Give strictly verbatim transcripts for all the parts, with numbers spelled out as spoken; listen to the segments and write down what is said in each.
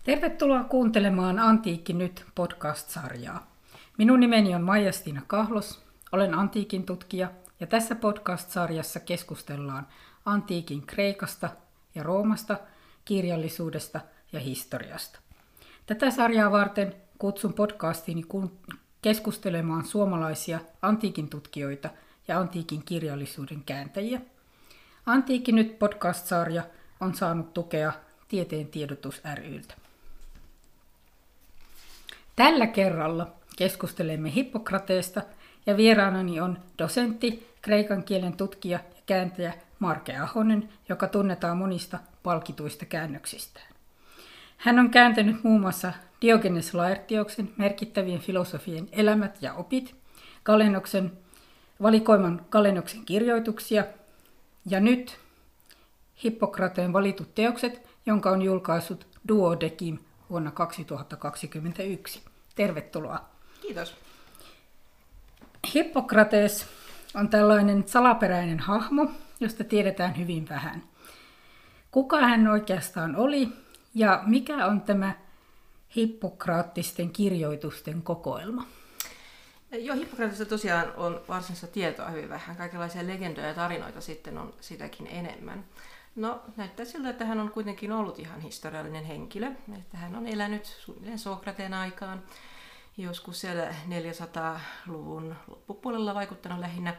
Tervetuloa kuuntelemaan Antiikki nyt podcast-sarjaa. Minun nimeni on Maija-Stiina Kahlos, olen antiikin tutkija ja tässä podcast-sarjassa keskustellaan antiikin Kreikasta ja Roomasta, kirjallisuudesta ja historiasta. Tätä sarjaa varten kutsun podcastiini keskustelemaan suomalaisia antiikin tutkijoita ja antiikin kirjallisuuden kääntäjiä. Antiikki nyt podcast-sarja on saanut tukea Tieteen tiedotus ry:ltä. Tällä kerralla keskustelemme Hippokrateesta ja vieraanani on dosentti, kreikan kielen tutkija ja kääntäjä Marke Ahonen, joka tunnetaan monista palkituista käännöksistään. Hän on kääntänyt muun muassa Diogenes Laertioksen merkittävien filosofien elämät ja opit, Galenoksen, valikoiman Galenoksen kirjoituksia ja nyt Hippokrateen valitut teokset, jonka on julkaissut Duodecim vuonna kaksituhattakaksikymmentäyksi. Tervetuloa. Kiitos. Hippokrates on tällainen salaperäinen hahmo, josta tiedetään hyvin vähän. Kuka hän oikeastaan oli ja mikä on tämä hippokraattisten kirjoitusten kokoelma? Joo, Hippokratesta tosiaan on varsinaista tietoa hyvin vähän. Kaikenlaisia legendoja ja tarinoita sitten on sitäkin enemmän. No, näyttää siltä, että hän on kuitenkin ollut ihan historiallinen henkilö. Että hän on elänyt suunnilleen Sokrateen aikaan, joskus siellä neljäsataaluvun loppupuolella vaikuttanut lähinnä,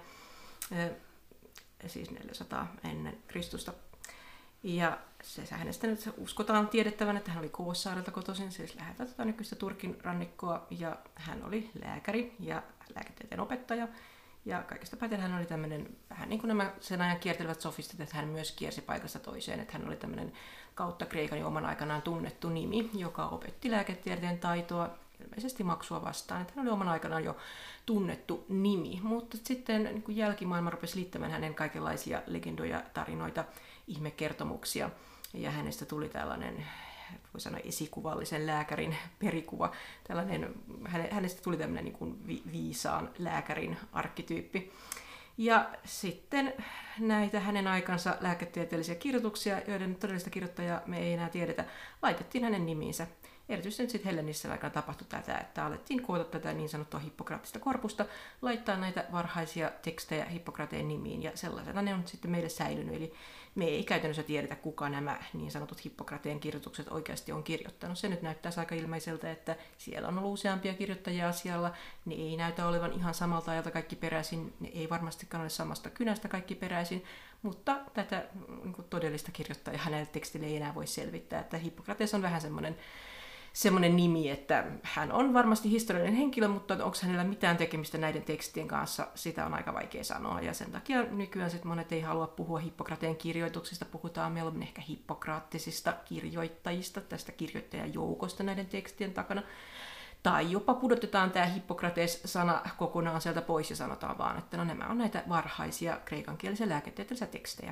siis neljäsataa ennen Kristusta. Ja se hänestä nyt uskotaan tiedettävän, että hän oli Koossaarelta kotoisin, siis läheltä tuota nykyistä Turkin rannikkoa, ja hän oli lääkäri ja lääketieteen opettaja. Ja kaikesta päätellen hän oli tämmöinen, vähän niin kuin nämä sen ajan kiertelevät sofistit, että hän myös kiersi paikasta toiseen, että hän oli tämmöinen kautta Kreikan jo oman aikanaan tunnettu nimi, joka opetti lääketieteen taitoa ilmeisesti maksua vastaan, että hän oli oman aikanaan jo tunnettu nimi, mutta sitten niin kuin jälkimaailma rupesi liittämään hänen kaikenlaisia legendoja, tarinoita, ihmekertomuksia, ja hänestä tuli tällainen, voi sanoa esikuvallisen lääkärin perikuva, tällainen, hänestä tuli tämmöinen niin kuin viisaan lääkärin arkkityyppi. Ja sitten näitä hänen aikansa lääketieteellisiä kirjoituksia, joiden todellista kirjoittajaa me ei enää tiedetä, laitettiin hänen nimiinsä. Erityisesti nyt sitten Hellenissa aikana tapahtui tätä, että alettiin koota tätä niin sanottua hippokraattista korpusta, laittaa näitä varhaisia tekstejä Hippokrateen nimiin, ja sellaisena ne on sitten meille säilynyt. Eli me ei käytännössä tiedetä, kuka nämä niin sanotut Hippokrateen kirjoitukset oikeasti on kirjoittanut. Se nyt näyttää aika ilmeiseltä, että siellä on ollut useampia kirjoittajia asialla, ne ei näytä olevan ihan samalta ajalta kaikki peräisin, ne ei varmastikaan ole samasta kynästä kaikki peräisin, mutta tätä niin kuin todellista kirjoittajaa näille tekstille ei enää voi selvittää, että Hippokrates on vähän semmoinen semmoinen nimi, että hän on varmasti historiallinen henkilö, mutta onko hänellä mitään tekemistä näiden tekstien kanssa, sitä on aika vaikea sanoa. Ja sen takia nykyään sit monet ei halua puhua Hippokrateen kirjoituksista, puhutaan mieluummin ehkä hippokraattisista kirjoittajista, tästä kirjoittajajoukosta näiden tekstien takana. Tai jopa pudotetaan tämä Hippokrates-sana kokonaan sieltä pois ja sanotaan vaan, että no nämä on näitä varhaisia kreikankielisiä lääketieteellisiä tekstejä.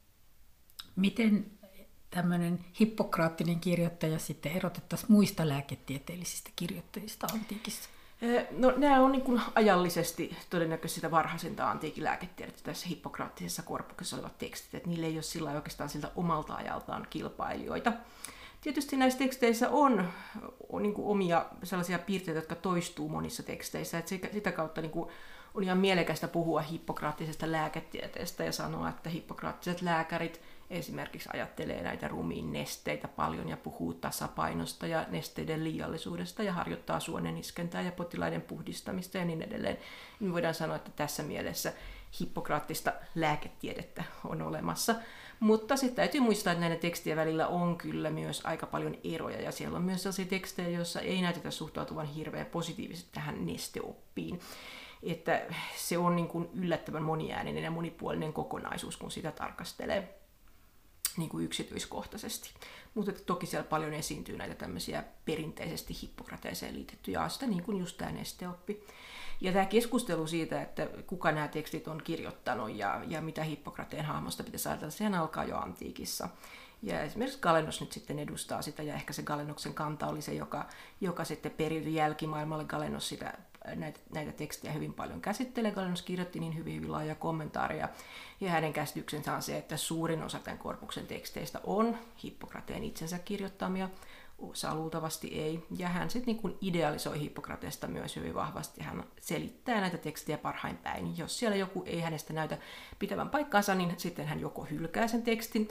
Miten tämmöinen hippokraattinen kirjoittaja sitten erotettaisiin muista lääketieteellisistä kirjoittajista antiikissa? No nämä on niin kuin ajallisesti todennäköisesti sitä varhaisinta antiikin lääketiedettä tässä hippokraattisessa korpuksessa olevat tekstit, että niillä ei ole sillä oikeastaan siltä omalta ajaltaan kilpailijoita. Tietysti näissä teksteissä on, on niin kuin omia sellaisia piirteitä, jotka toistuu monissa teksteissä, että sitä kautta niin kuin on ihan mielekästä puhua hippokraattisesta lääketieteestä ja sanoa, että hippokraattiset lääkärit esimerkiksi ajattelee näitä ruumiin nesteitä paljon ja puhuu tasapainosta ja nesteiden liiallisuudesta ja harjoittaa suoneniskentää ja potilaiden puhdistamista ja niin edelleen. Niin voidaan sanoa, että tässä mielessä hippokraattista lääketiedettä on olemassa. Mutta sitten täytyy muistaa, että näiden tekstien välillä on kyllä myös aika paljon eroja ja siellä on myös sellaisia tekstejä, joissa ei näytetä suhtautuvan hirveän positiivisesti tähän nesteoppiin. Että se on niin kuin yllättävän moniääninen ja monipuolinen kokonaisuus, kun sitä tarkastelee niin kuin yksityiskohtaisesti. Mutta toki siellä paljon esiintyy näitä tämmöisiä perinteisesti Hippokrateeseen liitettyjä asioita, niin kuin just tämä nesteoppi. Ja tämä keskustelu siitä, että kuka nämä tekstit on kirjoittanut ja, ja mitä Hippokrateen hahmosta pitäisi ajatella, sehän alkaa jo antiikissa. Ja esimerkiksi Galenos nyt sitten edustaa sitä, ja ehkä se Galenoksen kanta oli se, joka, joka sitten periytyi jälkimaailmalle. Galenos sitä, näitä, näitä tekstejä hyvin paljon käsittelee. Galenos kirjoitti niin hyvin, hyvin laajoja kommentaareja, ja hänen käsityksensä on se, että suurin osa tämän korpuksen teksteistä on Hippokrateen itsensä kirjoittamia. osa luultavasti ei. Ja hän sitten niin idealisoi Hippokratesta myös hyvin vahvasti. Hän selittää näitä tekstejä parhain päin. Jos siellä joku ei hänestä näytä pitävän paikkaansa, niin sitten hän joko hylkää sen tekstin,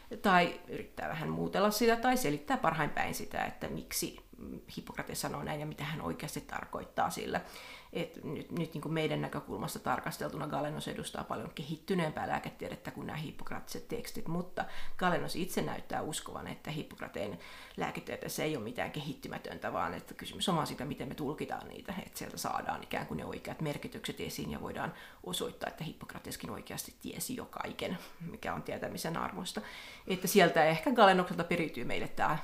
tai yrittää vähän muutella sitä, tai selittää parhain päin sitä, että miksi Hippokrates sanoo näin ja mitä hän oikeasti tarkoittaa sillä. Et nyt nyt niin kuin meidän näkökulmasta tarkasteltuna Galenos edustaa paljon kehittyneempää lääketiedettä kuin nämä hippokraattiset tekstit, mutta Galenos itse näyttää uskovan, että Hippokrateen lääketieteessä ei ole mitään kehittymätöntä, vaan että kysymys on vaan siitä, miten me tulkitaan niitä, että sieltä saadaan ikään kuin ne oikeat merkitykset esiin ja voidaan osoittaa, että Hippokrateskin oikeasti tiesi jo kaiken, mikä on tietämisen arvosta. Että sieltä ehkä Galenokselta periytyy meille tämä,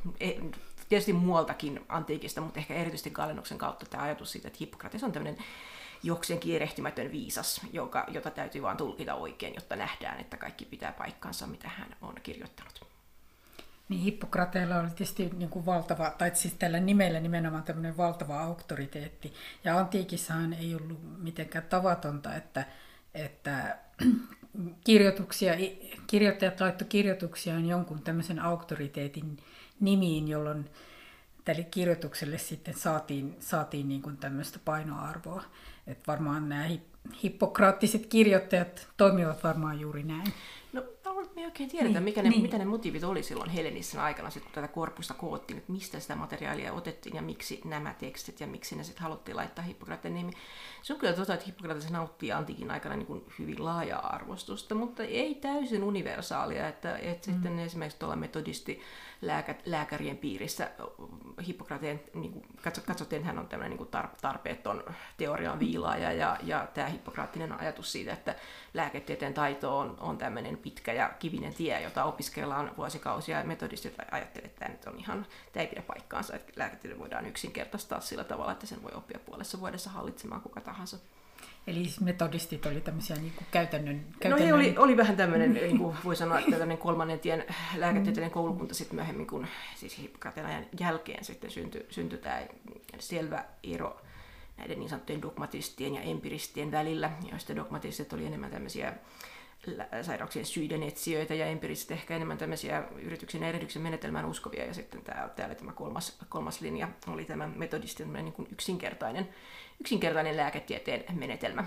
tietysti muualtakin antiikista, mutta ehkä erityisesti Galenoksen kautta tämä ajatus siitä, että Hippokrates on tämmöinen jokseenkin erehtymätön viisas, joka, jota täytyy vaan tulkita oikein, jotta nähdään, että kaikki pitää paikkansa, mitä hän on kirjoittanut. Niin Hippokrateella oli tietysti niin kuin valtava, tai siis tällä nimellä nimenomaan tämmöinen valtava auktoriteetti. Ja antiikissahan ei ollut mitenkään tavatonta, että, että kirjoituksia, kirjoittajat laittoi kirjoituksiaan jonkun tämmöisen auktoriteetin nimiin, jolloin tälle kirjoitukselle sitten saatiin, saatiin niin kuin tämmöistä painoarvoa. Että varmaan nämä hippokraattiset kirjoittajat toimivat varmaan juuri näin. No, me ei oikein tiedetä, niin, mikä ne, niin. mitä ne motiivit oli silloin Hellenistin aikana, sit, kun tätä korpusta koottiin, että mistä sitä materiaalia otettiin ja miksi nämä tekstit ja miksi ne sitten haluttiin laittaa Hippokrateen nimi. Se on kyllä totta, että Hippokrates nauttii antiikin aikana niin kuin hyvin laajaa arvostusta, mutta ei täysin universaalia, että, että mm. sitten esimerkiksi tuolla metodisti lääkä, lääkärien piirissä Hippokrateen niin katsottiin, että hän on tämmöinen niin tar, tarpeeton teorian viilaaja ja, ja tämä hippokraattinen ajatus siitä, että lääketieteen taito on, on tämmöinen pitkä ja kivinen tie, jota opiskellaan vuosikausia ja metodistit ajattelevat, että tämä nyt on ihan, tämä ei pidä paikkaansa, että lääketiede voidaan yksinkertaistaa sillä tavalla, että sen voi oppia puolessa vuodessa hallitsemaan kuka tahansa. Eli siis metodistit oli tämmöisiä niin kuin käytännön, käytännön... No he oli, oli vähän tämmöinen, niin kuin voi sanoa, että tämmöinen kolmannen tien lääketieteellinen koulukunta sitten myöhemmin, kun siis Hippokrateen ajan jälkeen sitten syntyi, syntyi tämä selvä ero näiden niin sanottujen dogmatistien ja empiristien välillä, joista dogmatistit oli enemmän tämmöisiä sairauksien syiden etsijöitä ja empiristit ehkä enemmän tämmöisiä yrityksen ja erehdyksen menetelmään uskovia, ja sitten tämä, tämä oli tämä kolmas, kolmas linja, oli tämä metodistin niin kuin yksinkertainen, yksinkertainen lääketieteen menetelmä,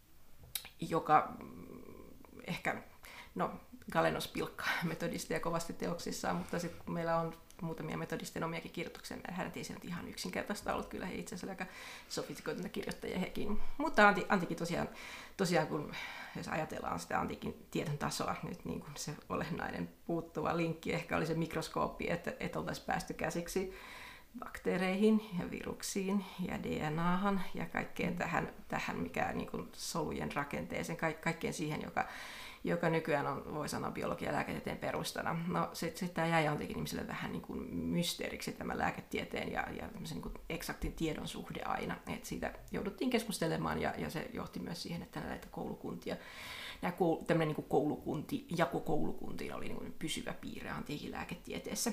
joka ehkä, no Galenos pilkkaa metodisteja kovasti teoksissaan, mutta sitten kun meillä on muutamia metodistien omiakin kirjoituksia, hän ei se ihan yksinkertaista ollut, kyllä he itse asiassa aika sofistikoituneita kirjoittajia hekin. Mutta anti, antiikin tosiaan, tosiaan, kun jos ajatellaan sitä antiikin tiedon tasoa, nyt niin kuin se olennainen puuttuva linkki ehkä oli se mikroskooppi, että, että oltaisiin päästy käsiksi bakteereihin ja viruksiin ja D N A:han ja kaikkeen tähän, tähän mikä niin kuin solujen rakenteeseen, ka- kaikkeen siihen, joka joka nykyään on, voi sanoa, biologia- ja lääketieteen perustana. No sitten sit tämä jäi antiikin ihmisille vähän niin kuin mysteeriksi tämä lääketieteen ja, ja niin kuin eksaktin tiedon suhde aina. Et siitä jouduttiin keskustelemaan ja, ja se johti myös siihen, että näitä koulukuntia, nämä koul, tämmöinen niin kuin koulukunti, jako koulukuntiin oli niin kuin pysyvä piirre antiikin lääketieteessä.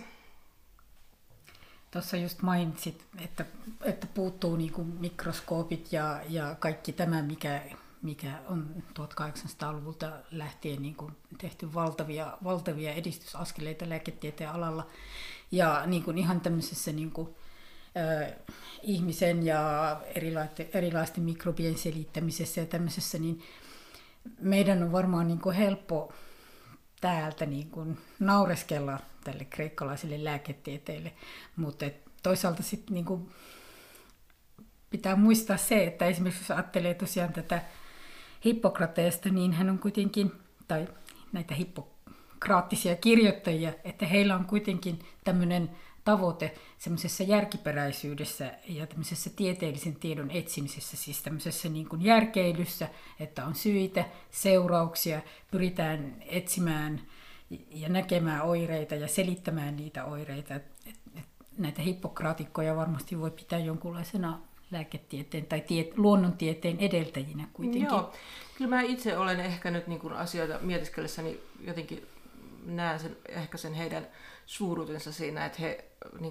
Tuossa just mainitsit, että, että puuttuu niin kuin mikroskoopit ja, ja kaikki tämä, mikä... mikä on tuhatkahdeksansataaluvulta lähtien niin kuin tehty valtavia, valtavia edistysaskeleita lääketieteen alalla. Ja niin kuin ihan tämmöisessä niin kuin, äh, ihmisen ja erilaisten, erilaisten mikrobien selittämisessä ja tämmöisessä, niin meidän on varmaan niin kuin helppo täältä niin kuin naureskella tälle kreikkalaiselle lääketieteelle, mutta toisaalta sitten niin kuin pitää muistaa se, että esimerkiksi jos ajattelee tosiaan tätä Hippokrateesta, niin hän on kuitenkin, tai näitä hippokraattisia kirjoittajia, että heillä on kuitenkin tämmöinen tavoite semmoisessa järkiperäisyydessä ja tämmöisessä tieteellisen tiedon etsimisessä, siis tämmöisessä niin kuin järkeilyssä, että on syitä, seurauksia, pyritään etsimään ja näkemään oireita ja selittämään niitä oireita. Näitä hippokraatikkoja varmasti voi pitää jonkunlaisena lääketieteen tai tie, luonnontieteen edeltäjinä kuitenkin. Joo, kyllä mä itse olen ehkä nyt niin kuin asioita mietiskellessäni jotenkin näen sen, ehkä sen heidän suuruutensa siinä, että he niin kuin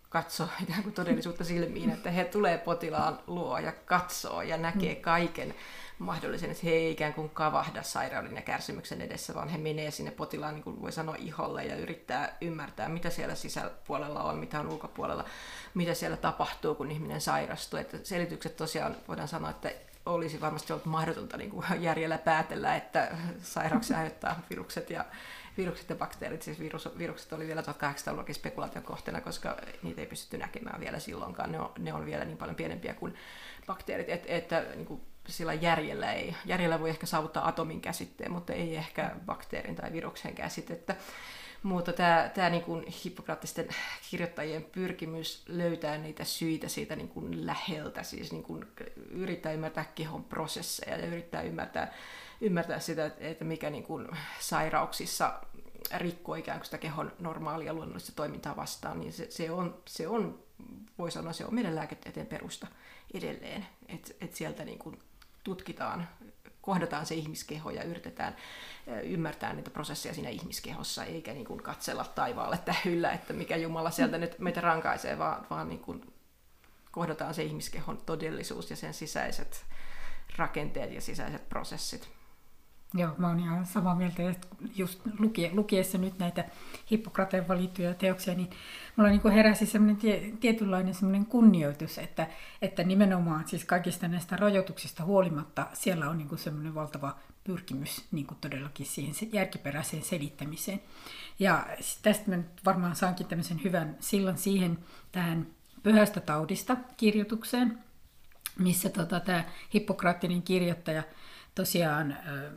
katsoo ikään kuin todellisuutta silmiin, että he tulee potilaan luo ja katsoo ja näkee kaiken mahdollisen, että he ei ikään kuin kavahda sairauden ja kärsimyksen edessä, vaan he menee sinne potilaan, niin kuin voi sanoa, iholle ja yrittää ymmärtää, mitä siellä sisäpuolella on, mitä on ulkopuolella, mitä siellä tapahtuu, kun ihminen sairastuu. Että selitykset tosiaan voidaan sanoa, että olisi varmasti ollut mahdotonta niin kuin järjellä päätellä, että sairauksia aiheuttaa virukset ja virukset ja bakteerit. Siis virus, virukset oli vielä tuhatkahdeksansataaluvullakin spekulaation kohteena, koska niitä ei pystytty näkemään vielä silloinkaan. Ne on, ne on vielä niin paljon pienempiä kuin bakteerit, että, että niin kuin sillä järjellä ei. Järjellä voi ehkä saavuttaa atomin käsitteen, mutta ei ehkä bakteerin tai viruksen käsitettä. Mutta tämä, tämä niin kuin hippokraattisten kirjoittajien pyrkimys löytää niitä syitä siitä niin kuin läheltä, siis niin kuin yrittää ymmärtää kehon prosesseja ja yrittää ymmärtää, ymmärtää sitä, että mikä niin kuin sairauksissa rikkoo ikään kuin sitä kehon normaalia luonnollista toimintaa vastaan, niin se, se, on, se on, voi sanoa, se on meidän lääketieteen perusta edelleen, että et sieltä niin kuin tutkitaan, kohdataan se ihmiskeho ja yritetään ymmärtää niitä prosesseja siinä ihmiskehossa, eikä niin kuin katsella taivaalle tähyllä, että mikä Jumala sieltä nyt meitä rankaisee, vaan, vaan niin kuin kohdataan se ihmiskehon todellisuus ja sen sisäiset rakenteet ja sisäiset prosessit. Joo, mä oon ihan samaa mieltä, että just lukie, lukiessa nyt näitä Hippokrateen valittuja teoksia, niin mulla niin kuin heräsi semmoinen tie, tietynlainen semmoinen kunnioitus, että, että nimenomaan siis kaikista näistä rajoituksista huolimatta siellä on niin kuin semmoinen valtava pyrkimys niin kuin todellakin siihen järkiperäiseen selittämiseen. Ja tästä mä nyt varmaan saankin tämmöisen hyvän sillan siihen tähän Pyhästä taudista -kirjoitukseen, missä tota, tämä hippokraattinen kirjoittaja tosiaan äh,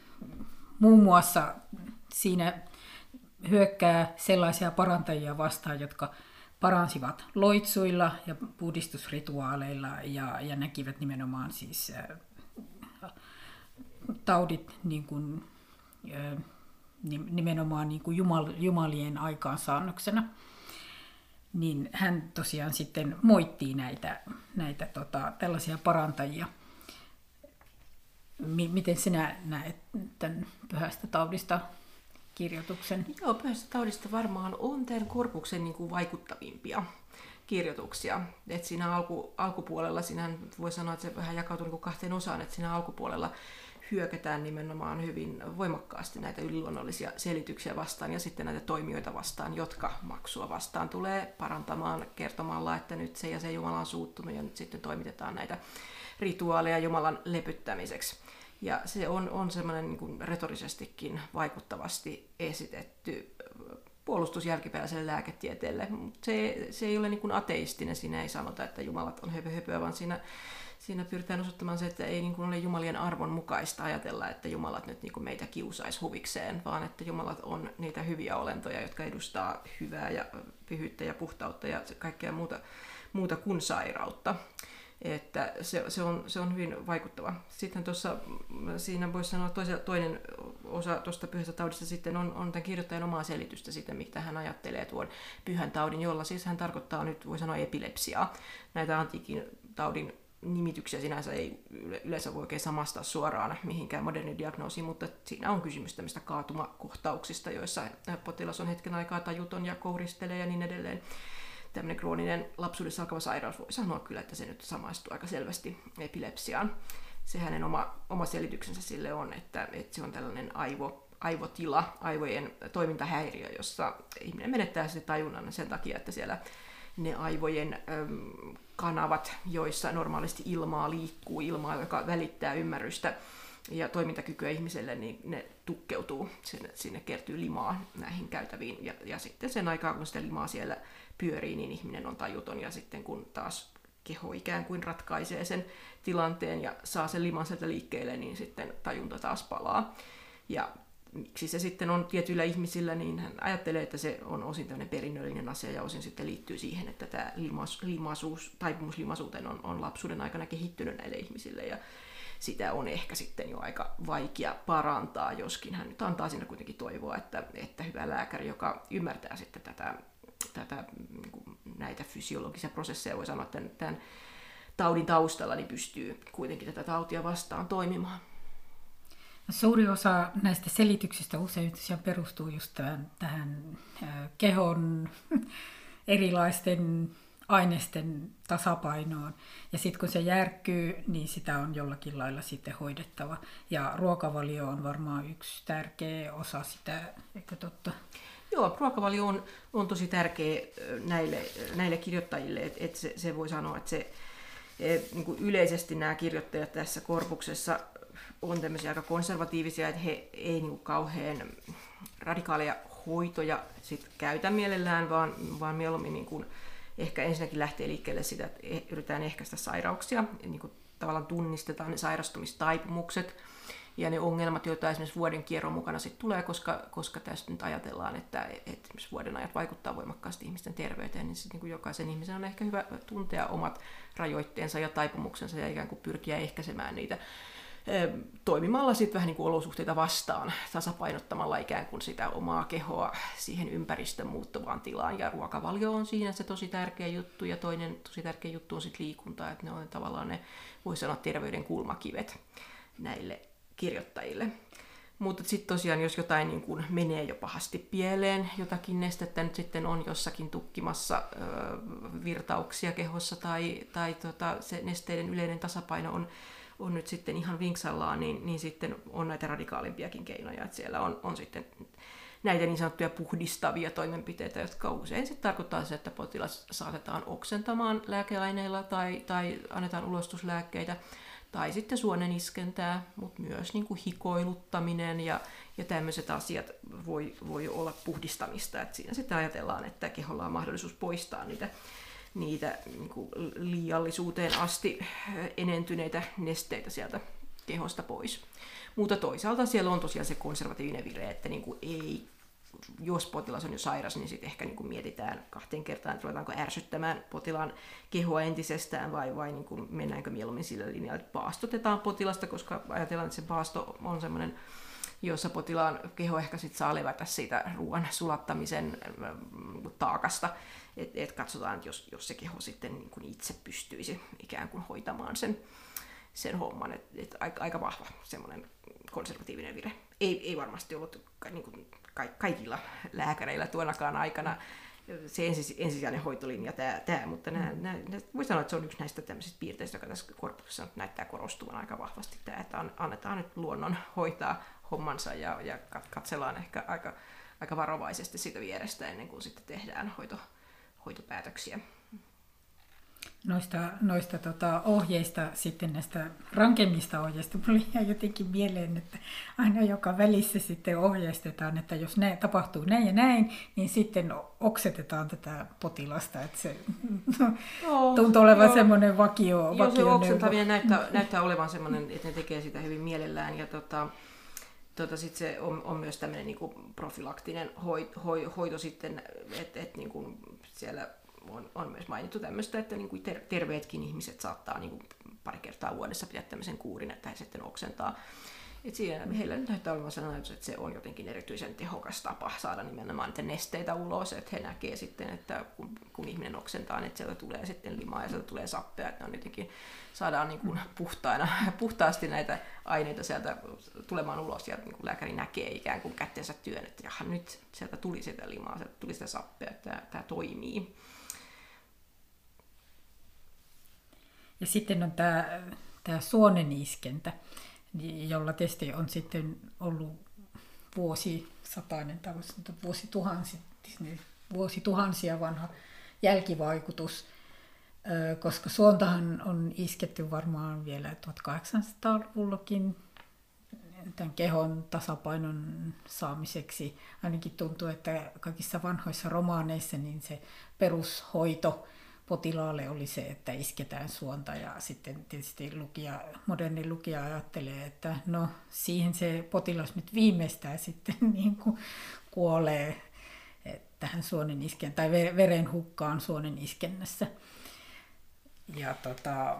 muun muassa siinä hyökkää sellaisia parantajia vastaan, jotka paransivat loitsuilla ja puhdistusrituaaleilla ja, ja näkivät nimenomaan siis äh, taudit niin kuin, äh, nimenomaan niin kuin jumal, jumalien aikaansaannoksena. Niin hän tosiaan sitten moittii näitä, näitä tota, tällaisia parantajia. Miten sinä näet tämän Pyhästä taudista -kirjoituksen? Joo, Pyhästä taudista varmaan on tämän korpuksen niin kuin vaikuttavimpia kirjoituksia. Et siinä alku, alkupuolella, siinä voi sanoa, että se vähän jakautuu niin kuin kahteen osaan, että siinä alkupuolella hyökätään nimenomaan hyvin voimakkaasti näitä yliluonnollisia selityksiä vastaan ja sitten näitä toimijoita vastaan, jotka maksua vastaan tulee parantamaan kertomalla, että nyt se ja se Jumala on suuttunut ja nyt sitten toimitetaan näitä rituaaleja Jumalan lepyttämiseksi. Ja se on, on semmoinen niin kuin retorisestikin vaikuttavasti esitetty puolustus jälkiperäiselle lääketieteelle. Se, se ei ole niin kuin ateistinen, siinä ei sanota, että jumalat on höpö höpöä, vaan siinä, siinä pyritään osoittamaan se, että ei niin kuin ole jumalien arvon mukaista ajatella, että jumalat nyt niin kuin meitä kiusaisi huvikseen, vaan että jumalat on niitä hyviä olentoja, jotka edustaa hyvää ja pyhyyttä ja puhtautta ja kaikkea muuta, muuta kuin sairautta. Että se, se, on, se on hyvin vaikuttava. Sitten tuossa, siinä voisi sanoa toisen, toinen osa tuosta Pyhästä taudista sitten on, on tämän kirjoittajan omaa selitystä siitä, mitä hän ajattelee tuon pyhän taudin, jolla siis hän tarkoittaa nyt, voi sanoa, epilepsiaa. Näitä antiikin taudin nimityksiä sinänsä ei yleensä voi oikein samastaa suoraan mihinkään modernin diagnoosiin, mutta siinä on kysymys tämmöistä kaatumakohtauksista, joissa potilas on hetken aikaa tajuton ja kouristelee ja niin edelleen. Tämmöinen krooninen lapsuudessa alkava sairaus voi sanoa kyllä, että se nyt samaistuu aika selvästi epilepsiaan. Se hänen oma, oma selityksensä sille on, että, että se on tällainen aivo, aivotila, aivojen toimintahäiriö, jossa ihminen menettää se tajunnan sen takia, että siellä ne aivojen äm, kanavat, joissa normaalisti ilmaa liikkuu, ilmaa, joka välittää ymmärrystä ja toimintakykyä ihmiselle, niin ne tukkeutuu, sinne, sinne kertyy limaa näihin käytäviin ja, ja sitten sen aikaa, kun sitä limaa siellä pyörii, niin ihminen on tajuton ja sitten kun taas keho ikään kuin ratkaisee sen tilanteen ja saa sen liman sieltä liikkeelle, niin sitten tajunta taas palaa. Ja miksi se sitten on tietyillä ihmisillä, niin hän ajattelee, että se on osin tämmöinen perinnöllinen asia ja osin sitten liittyy siihen, että tämä limas, limaisuus, taipumus limaisuuteen on, on lapsuuden aikana kehittynyt näille ihmisille ja sitä on ehkä sitten jo aika vaikea parantaa, joskin hän nyt antaa siinä kuitenkin toivoa, että, että hyvä lääkäri, joka ymmärtää sitten tätä, tätä, näitä fysiologisia prosesseja, voi sanoa, että tämän, tämän taudin taustalla, niin pystyy kuitenkin tätä tautia vastaan toimimaan. Suuri osa näistä selityksistä usein perustuu just tähän, tähän kehon erilaisten aineisten tasapainoon. Ja sitten kun se järkkyy, niin sitä on jollakin lailla sitten hoidettava. Ja ruokavalio on varmaan yksi tärkeä osa sitä, eikö totta? Joo, ruokavalio on, on tosi tärkeä näille, näille kirjoittajille, että et se, se voi sanoa, että se, et, niin kuin yleisesti nämä kirjoittajat tässä korpuksessa on tämmöisiä aika konservatiivisia, että he ei niin kuin kauhean radikaaleja hoitoja sit käytä mielellään, vaan, vaan mieluummin niin kuin ehkä ensinnäkin lähtee liikkeelle sitä, että yritetään ehkäistä sairauksia, niin kuin tavallaan tunnistetaan ne sairastumistaipumukset ja ne ongelmat, joita esimerkiksi vuoden kierron mukana sitten tulee, koska, koska tässä nyt ajatellaan, että, että vuoden ajat vaikuttaa voimakkaasti ihmisten terveyteen, niin, sit, niin kuin jokaisen ihmisen on ehkä hyvä tuntea omat rajoitteensa ja taipumuksensa ja ikään kuin pyrkiä ehkäisemään niitä toimimalla sitten vähän niin kuin olosuhteita vastaan, tasapainottamalla ikään kuin sitä omaa kehoa siihen ympäristön muuttuvaan tilaan. Ja ruokavalio on siinä se tosi tärkeä juttu, ja toinen tosi tärkeä juttu on sitten liikunta, että ne on tavallaan ne, voi sanoa, terveyden kulmakivet näille kirjoittajille. Mutta sitten tosiaan, jos jotain niin kun menee jo pahasti pieleen, jotakin nestettä nyt sitten on jossakin tukkimassa ö, virtauksia kehossa, tai, tai tota, se nesteiden yleinen tasapaino on on nyt sitten ihan vinksallaan, niin, niin sitten on näitä radikaalimpiakin keinoja, että siellä on, on sitten näitä niin sanottuja puhdistavia toimenpiteitä, jotka usein sitten tarkoittaa se, että potilas saatetaan oksentamaan lääkeaineilla tai, tai annetaan ulostuslääkkeitä, tai sitten suonen iskentää, mutta myös niin kuin hikoiluttaminen ja, ja tämmöiset asiat voi, voi olla puhdistamista, että siinä sitten ajatellaan, että keholla on mahdollisuus poistaa niitä niitä niin kuin liiallisuuteen asti enentyneitä nesteitä sieltä kehosta pois. Mutta toisaalta siellä on tosiaan se konservatiivinen vire, että niin kuin ei, jos potilas on jo sairas, niin sitten ehkä niin kuin mietitään kahteen kertaan, että ruvetaanko ärsyttämään potilaan kehoa entisestään vai, vai niin kuin mennäänkö mieluummin sillä linjalla, että paastotetaan potilasta, koska ajatellaan, että se paasto on semmoinen, jossa potilaan keho ehkä sit saa levätä siitä ruoan sulattamisen taakasta. Et, et katsotaan, että jos, jos se keho sitten niin kuin itse pystyisi ikään kuin hoitamaan sen, sen homman. Et, et aika, aika vahva semmoinen konservatiivinen vire. Ei, ei varmasti ollut niin kuin kaikilla lääkäreillä tuonakaan aikana se ensis, ensisijainen hoitolinja tämä, tämä mutta nää, nää, nää, voi sanoa, että se on yksi näistä tämmöisistä piirteistä, joka tässä korpuksessa näyttää korostuvan aika vahvasti. Tämä, että annetaan nyt luonnon hoitaa hommansa ja, ja katsellaan ehkä aika, aika varovaisesti siitä vierestä ennen kuin sitten tehdään hoito, hoitopäätöksiä. Noista, noista tota, ohjeista, sitten näistä rankemmista ohjeista, mulle jäi jotenkin mieleen, että aina joka välissä sitten ohjeistetaan, että jos näin, tapahtuu näin ja näin, niin sitten oksetetaan tätä potilasta. Että se oh, tuntuu olevan semmoinen vakio, vakio joo, se oksentaminen näyttää, näyttää olevan semmoinen, että ne tekee sitä hyvin mielellään. Ja tota, tota sit se on, on myös tämmöinen niinku profilaktinen hoito, hoito sitten, että et niinku siellä On, on myös mainittu tämmöistä, että niin kuin ter- terveetkin ihmiset saattaa niin kuin pari kertaa vuodessa pitää tämmöisen kuurin, että he sitten oksentaa. Et siinä heillä nyt näyttää olevan sellainen ajatus, että se on jotenkin erityisen tehokas tapa saada nimenomaan niitä nesteitä ulos, että he näkee sitten, että kun, kun ihminen oksentaa, niin sieltä tulee sitten limaa ja sieltä tulee sappea, että on jotenkin saadaan niin kuin puhtaina, puhtaasti näitä aineita sieltä tulemaan ulos ja niin kuin lääkäri näkee ikään kuin kätteensä työn, että jaha, nyt sieltä tuli sitä limaa, sieltä tuli sitä sappea, että tämä, tämä toimii. Ja sitten on tämä, tämä suoneniskentä, jolla tietysti on sitten ollut vuosisatainen tai vuosituhansia, vuosituhansia vanha jälkivaikutus, koska suontahan on isketty varmaan vielä tuhatkahdeksansataaluvullakin tämän kehon tasapainon saamiseksi. Ainakin tuntuu, että kaikissa vanhoissa romaaneissa niin se perushoito potilaalle oli se, että isketään suonta, ja sitten tietysti lukija, moderni lukija ajattelee, että no siihen se potilas nyt viimeistään sitten niin kuin kuolee tähän suonen isken tai veren hukkaan suonen iskennässä. Ja tota,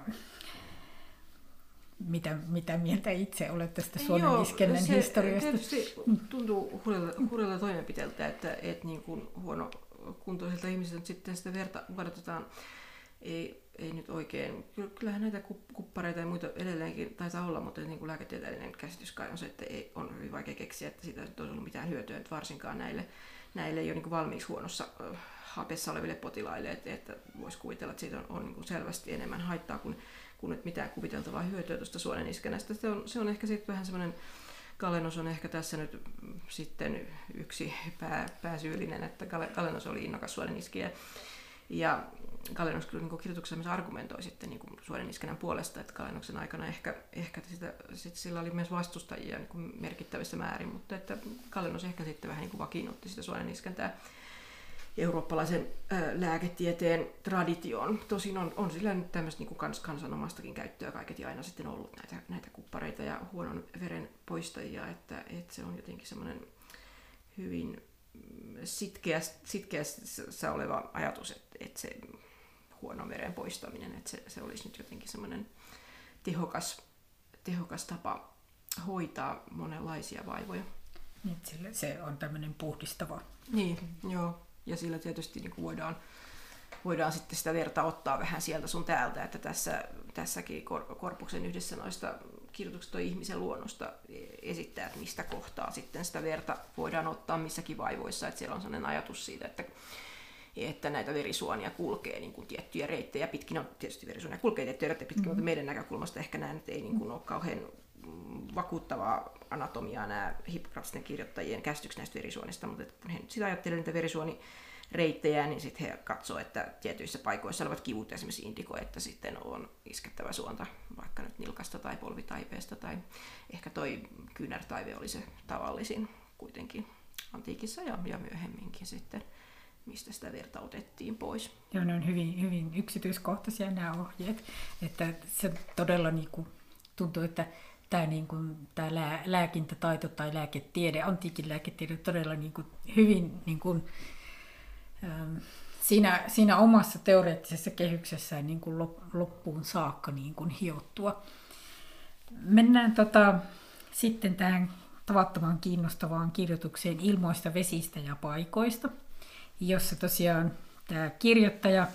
mitä, mitä mieltä itse olet tästä suonen iskennän se historiasta? Tietysti tuntuu hurjalta toimenpiteeltä, että, että niin kuin huono kuntoisilta ihmisiltä sitten sitä verta varoitetaan. Ei, ei nyt oikein. Kyllähän näitä kuppareita ja muita edelleenkin taitaa olla, mutta niin kuin lääketieteellinen käsitys kai on se, että ei, on hyvin vaikea keksiä, että siitä ei olisi ollut mitään hyötyä, varsinkaan näille, näille jo niin kuin valmiiksi huonossa hapessa oleville potilaille, että, että voisi kuvitella, että siitä on, on niin kuin selvästi enemmän haittaa kuin, kuin että mitään kuviteltavaa hyötyä tuosta suoneniskänästä. Se on, se on ehkä sitten vähän semmoinen, Galenos on ehkä tässä nyt sitten yksi pää, pääsyyllinen, että Galenos oli innokas suoneniskijä. Ja Galenos kyllä niin kirjoituksessa myös argumentoi sitten niin suoneniskänän puolesta, että Galenoksen aikana ehkä, ehkä sitä, sit sillä oli myös vastustajia niin merkittävissä määrin, mutta että Galenos ehkä sitten vähän niin vakiinnutti sitä suoneniskentää eurooppalaisen ää, lääketieteen traditioon. Tosin on, on sillä nyt tämmöistä niin kans, kansanomastakin käyttöä kaiketi aina sitten ollut näitä, näitä kuppareita ja huonon veren poistajia, että, että se on jotenkin semmoinen hyvin sitkeässä, sitkeässä oleva ajatus, että, että se huonon veren poistaminen, että se, se olisi nyt jotenkin semmoinen tehokas, tehokas tapa hoitaa monenlaisia vaivoja. Niin, se on tämmöinen puhdistava. Niin, joo. Ja sillä tietysti niin voidaan, voidaan sitten sitä verta ottaa vähän sieltä sun täältä, että tässä, tässäkin Korpuksen yhdessä noista kirjoituksista ihmisen luonnosta esittää, että mistä kohtaa sitten sitä verta voidaan ottaa missäkin vaivoissa. Että siellä on sellainen ajatus siitä, että, että näitä verisuonia kulkee niin kuin tiettyjä reittejä pitkin. No, tietysti verisuonia kulkee tiettyjä reittejä pitkin, mm-hmm. mutta meidän näkökulmasta ehkä nämä nyt ei niin kuin ole kauhean vakuuttavaa anatomiaa nämä hippokratisten kirjoittajien käsitykset näistä verisuonista, mutta kun he nyt sitä ajattelee niitä verisuonireittejä, niin sitten he katsoo, että tietyissä paikoissa olevat kivut esimerkiksi indikoi, että sitten on iskettävä suonta vaikka nyt nilkasta tai polvitaipeesta, tai ehkä toi kyynärtaive oli se tavallisin kuitenkin antiikissa ja, ja myöhemminkin sitten, mistä sitä verta otettiin pois. Joo, ne on hyvin, hyvin yksityiskohtaisia nämä ohjeet, että se todella niin kuin tuntuu, että tämä, niin kuin, tämä lää, lääkintätaito tai lääketiede, antiikin lääketiede todella niin kuin, hyvin niin kuin, ähm, siinä, siinä omassa teoreettisessa kehyksessään niin kuin loppuun saakka niin kuin hiottua. Mennään tota, sitten tähän tavattoman kiinnostavaan kirjoitukseen ilmoista, vesistä ja paikoista, jossa tosiaan tämä kirjoittaja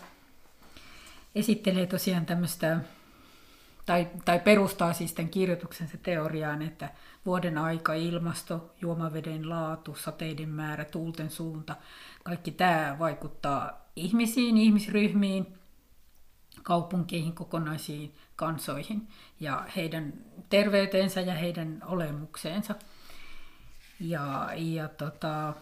esittelee tosiaan tämmöistä Tai, tai perustaa siis tämän kirjoituksensa teoriaan, että vuoden aika, ilmasto, juomaveden laatu, sateiden määrä, tuulten suunta, kaikki tämä vaikuttaa ihmisiin, ihmisryhmiin, kaupunkeihin, kokonaisiin kansoihin ja heidän terveyteensä ja heidän olemukseensa. Ja, ja tota,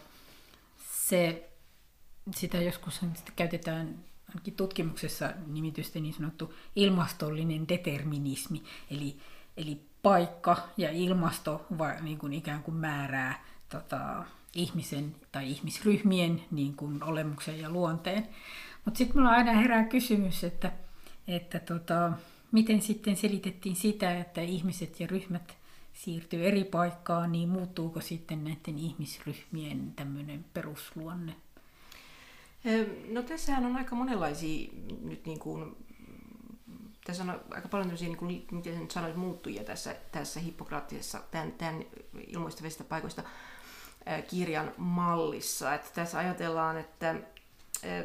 se, sitä joskus käytetään ainakin tutkimuksessa nimitystä niin sanottu ilmastollinen determinismi, eli, eli paikka ja ilmasto va, niin kuin ikään kuin määrää tota, ihmisen tai ihmisryhmien niin kuin olemuksen ja luonteen. Mutta sitten minulla aina herää kysymys, että, että tota, miten sitten selitettiin sitä, että ihmiset ja ryhmät siirtyy eri paikkaan, niin muuttuuko sitten näiden ihmisryhmien tämmöinen perusluonne? No tässähän on aika monenlaisia nyt niin kuin, tässä on aika paljon tämmöisiä, niin kuin, miten sen sanoisi, muuttujia tässä, tässä hippokraattisessa, tämän, tämän ilmoista vesistä paikoista ää, kirjan mallissa. Että tässä ajatellaan, että ää,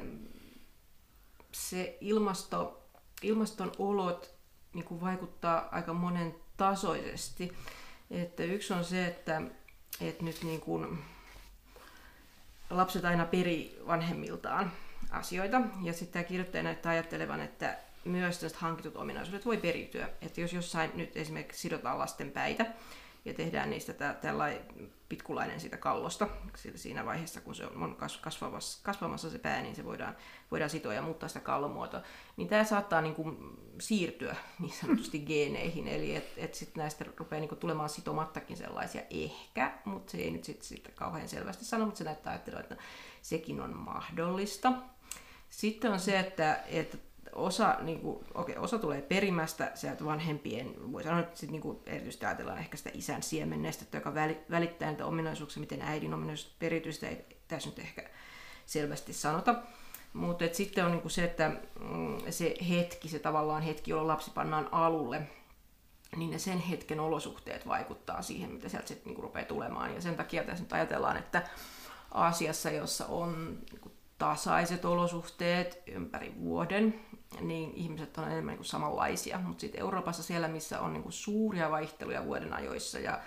se ilmasto, ilmaston olot niin kuin vaikuttaa aika monen tasoisesti. Että yksi on se, että, että nyt niin kuin, lapset aina peri vanhemmiltaan asioita, ja sitten tämä kirjoittaja näyttää ajattelevan, että myös tällaiset hankitut ominaisuudet voi periytyä. Että jos jossain nyt esimerkiksi sidotaan lasten päitä ja tehdään niistä tällainen pitkulainen siitä kallosta, siinä vaiheessa kun se on kasvamassa, kasvamassa se pää, niin se voidaan, voidaan sitoa ja muuttaa sitä kallomuotoa, niin tämä saattaa niin kuin siirtyä niin sanotusti geeneihin, eli että et sitten näistä rupeaa niin kuin tulemaan sitomattakin sellaisia ehkä, mutta se ei nyt sitten sit kauhean selvästi sano, mutta se näyttää ajattelua, että sekin on mahdollista. Sitten on se, että, että osa, niin kuin, okay, osa tulee perimästä sieltä vanhempien, voi sanoa, että sit, niin kuin, erityisesti ajatellaan ehkä sitä isän siemennestettä, joka välittää niitä ominaisuuksia, miten äidin ominaisuudet periytyy, sitä ei tässä nyt ehkä selvästi sanota. Mutta sitten on niin kuin se, että mm, se hetki, se tavallaan hetki, jolloin lapsi pannaan alulle, niin ne sen hetken olosuhteet vaikuttaa siihen, mitä sieltä sitten niin kuin rupeaa tulemaan. Ja sen takia tässä nyt ajatellaan, että Aasiassa, jossa on niin kuin tasaiset olosuhteet ympäri vuoden, niin ihmiset on enemmän niin kuin samanlaisia. Mutta sitten Euroopassa siellä, missä on niin kuin suuria vaihteluja vuoden ajoissa ja,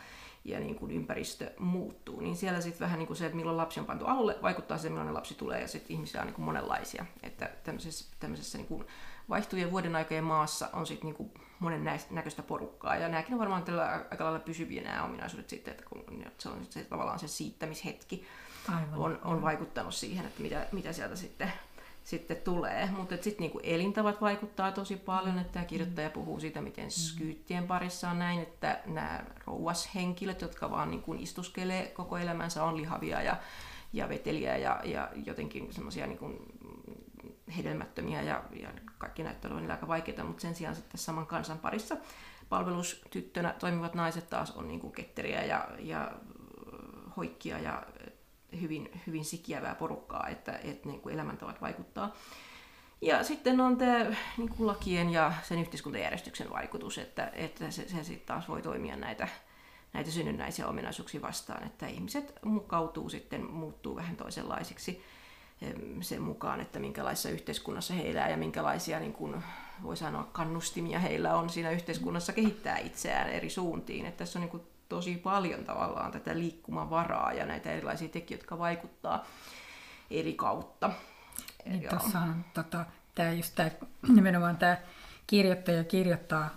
ja niin kuin ympäristö muuttuu, niin siellä sitten vähän niin kuin se, että milloin lapsi on pantu alulle, vaikuttaa se, millainen lapsi tulee, ja sitten ihmisiä on niin kuin monenlaisia. Että tämmöisessä, tämmöisessä niin kuin vaihtuvien vuoden aikojen maassa on sitten niin kuin monen näköistä porukkaa, ja nämäkin on varmaan tällä aika lailla pysyviä nämä ominaisuudet sitten, että kun se on se, tavallaan se siittämishetki on, on vaikuttanut siihen, että mitä, mitä sieltä sitten sitten tulee. Mutta sitten niinku elintavat vaikuttaa tosi paljon, että tämä kirjoittaja puhuu siitä, miten skyyttien parissa on näin, että nämä rouvashenkilöt, jotka vaan niinku istuskelee koko elämänsä, on lihavia ja, ja veteliä ja, ja jotenkin semmoisia niinku hedelmättömiä ja, ja kaikki näyttää olevan aika vaikeita, mutta sen sijaan sitten saman kansan parissa palvelustyttönä toimivat naiset taas on niinku ketteriä ja, ja hoikkia ja hyvin, hyvin sikiävää porukkaa, että, että niin kuin elämäntavat vaikuttaa. Ja sitten on tämä niin kuin lakien ja sen yhteiskuntajärjestyksen vaikutus, että, että se, se sitten taas voi toimia näitä, näitä synnynnäisiä ominaisuuksia vastaan, että ihmiset mukautuu sitten, muuttuu vähän toisenlaisiksi sen mukaan, että minkälaisessa yhteiskunnassa he elää ja minkälaisia, niin kuin voi sanoa, kannustimia heillä on siinä yhteiskunnassa kehittää itseään eri suuntiin. Että tässä on niin kuin tosi paljon tavallaan tätä liikkumavaraa ja näitä erilaisia tekijöitä, jotka vaikuttaa eri kautta. Niin tuossa on tota, tää, just tää, nimenomaan tämä kirjoittaja kirjoittaa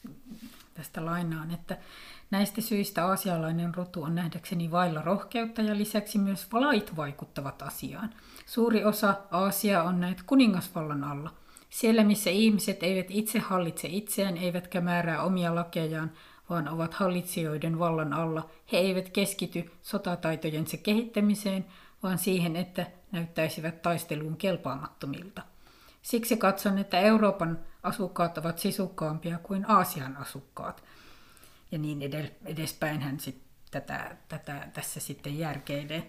tästä lainaan, että näistä syistä aasialainen rotu on nähdäkseni vailla rohkeutta ja lisäksi myös lait vaikuttavat asiaan. Suuri osa Aasiaa on näitä kuningasvallan alla. Siellä, missä ihmiset eivät itse hallitse itseään eivätkä määrää omia lakejaan, vaan ovat hallitsijoiden vallan alla, he eivät keskity sotataitojensa kehittämiseen, vaan siihen, että näyttäisivät taisteluun kelpaamattomilta. Siksi katson, että Euroopan asukkaat ovat sisukkaampia kuin Aasian asukkaat. Ja niin edespäin hän sit tätä, tätä tässä sitten järkeilee,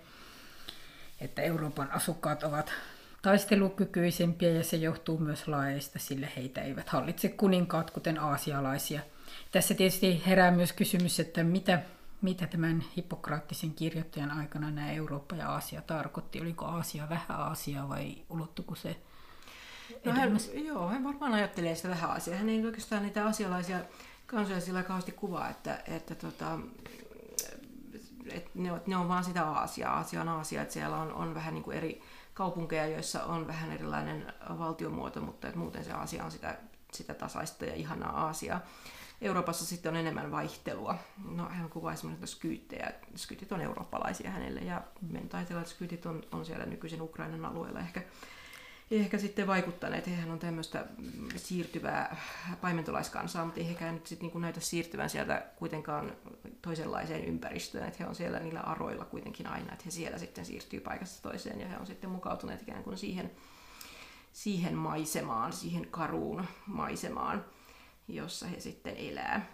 että Euroopan asukkaat ovat taistelukykyisempiä ja se johtuu myös laeista, sillä heitä eivät hallitse kuninkaat, kuten aasialaisia. Tässä tietysti herää myös kysymys, että mitä, mitä tämän hippokraattisen kirjoittajan aikana nämä Eurooppa ja Aasia tarkoitti. Oliko Aasia vähän Aasiaa vai ulottuiko se no hän, joo, hän varmaan ajattelee sitä vähän Aasiaa. Hän ei oikeastaan niitä asialaisia kansoja sillä kauheasti kuvaa, että, että, tota, että ne, on, ne on vaan sitä Aasiaa. Aasia on Aasia, että siellä on, on vähän niin kuin eri kaupunkeja, joissa on vähän erilainen valtiomuoto, mutta että muuten se Aasia on sitä, sitä tasaista ja ihanaa Aasiaa. Euroopassa sitten on enemmän vaihtelua. No, hän kuvaa esimerkiksi skyyttejä. Skyytit on eurooppalaisia hänelle ja me nyt ajatellaan, että skyytit on, on siellä nykyisen Ukrainan alueella ehkä, ehkä sitten vaikuttaneet. Hehän on tämmöistä siirtyvää paimentolaiskansaa, mutta ei hekään nyt sitten niin näytä siirtyvän sieltä kuitenkaan toisenlaiseen ympäristöön. Että he on siellä niillä aroilla kuitenkin aina, että he siellä sitten siirtyy paikasta toiseen ja he on sitten mukautuneet ikään kuin siihen, siihen maisemaan, siihen karuun maisemaan, jossa he sitten elää.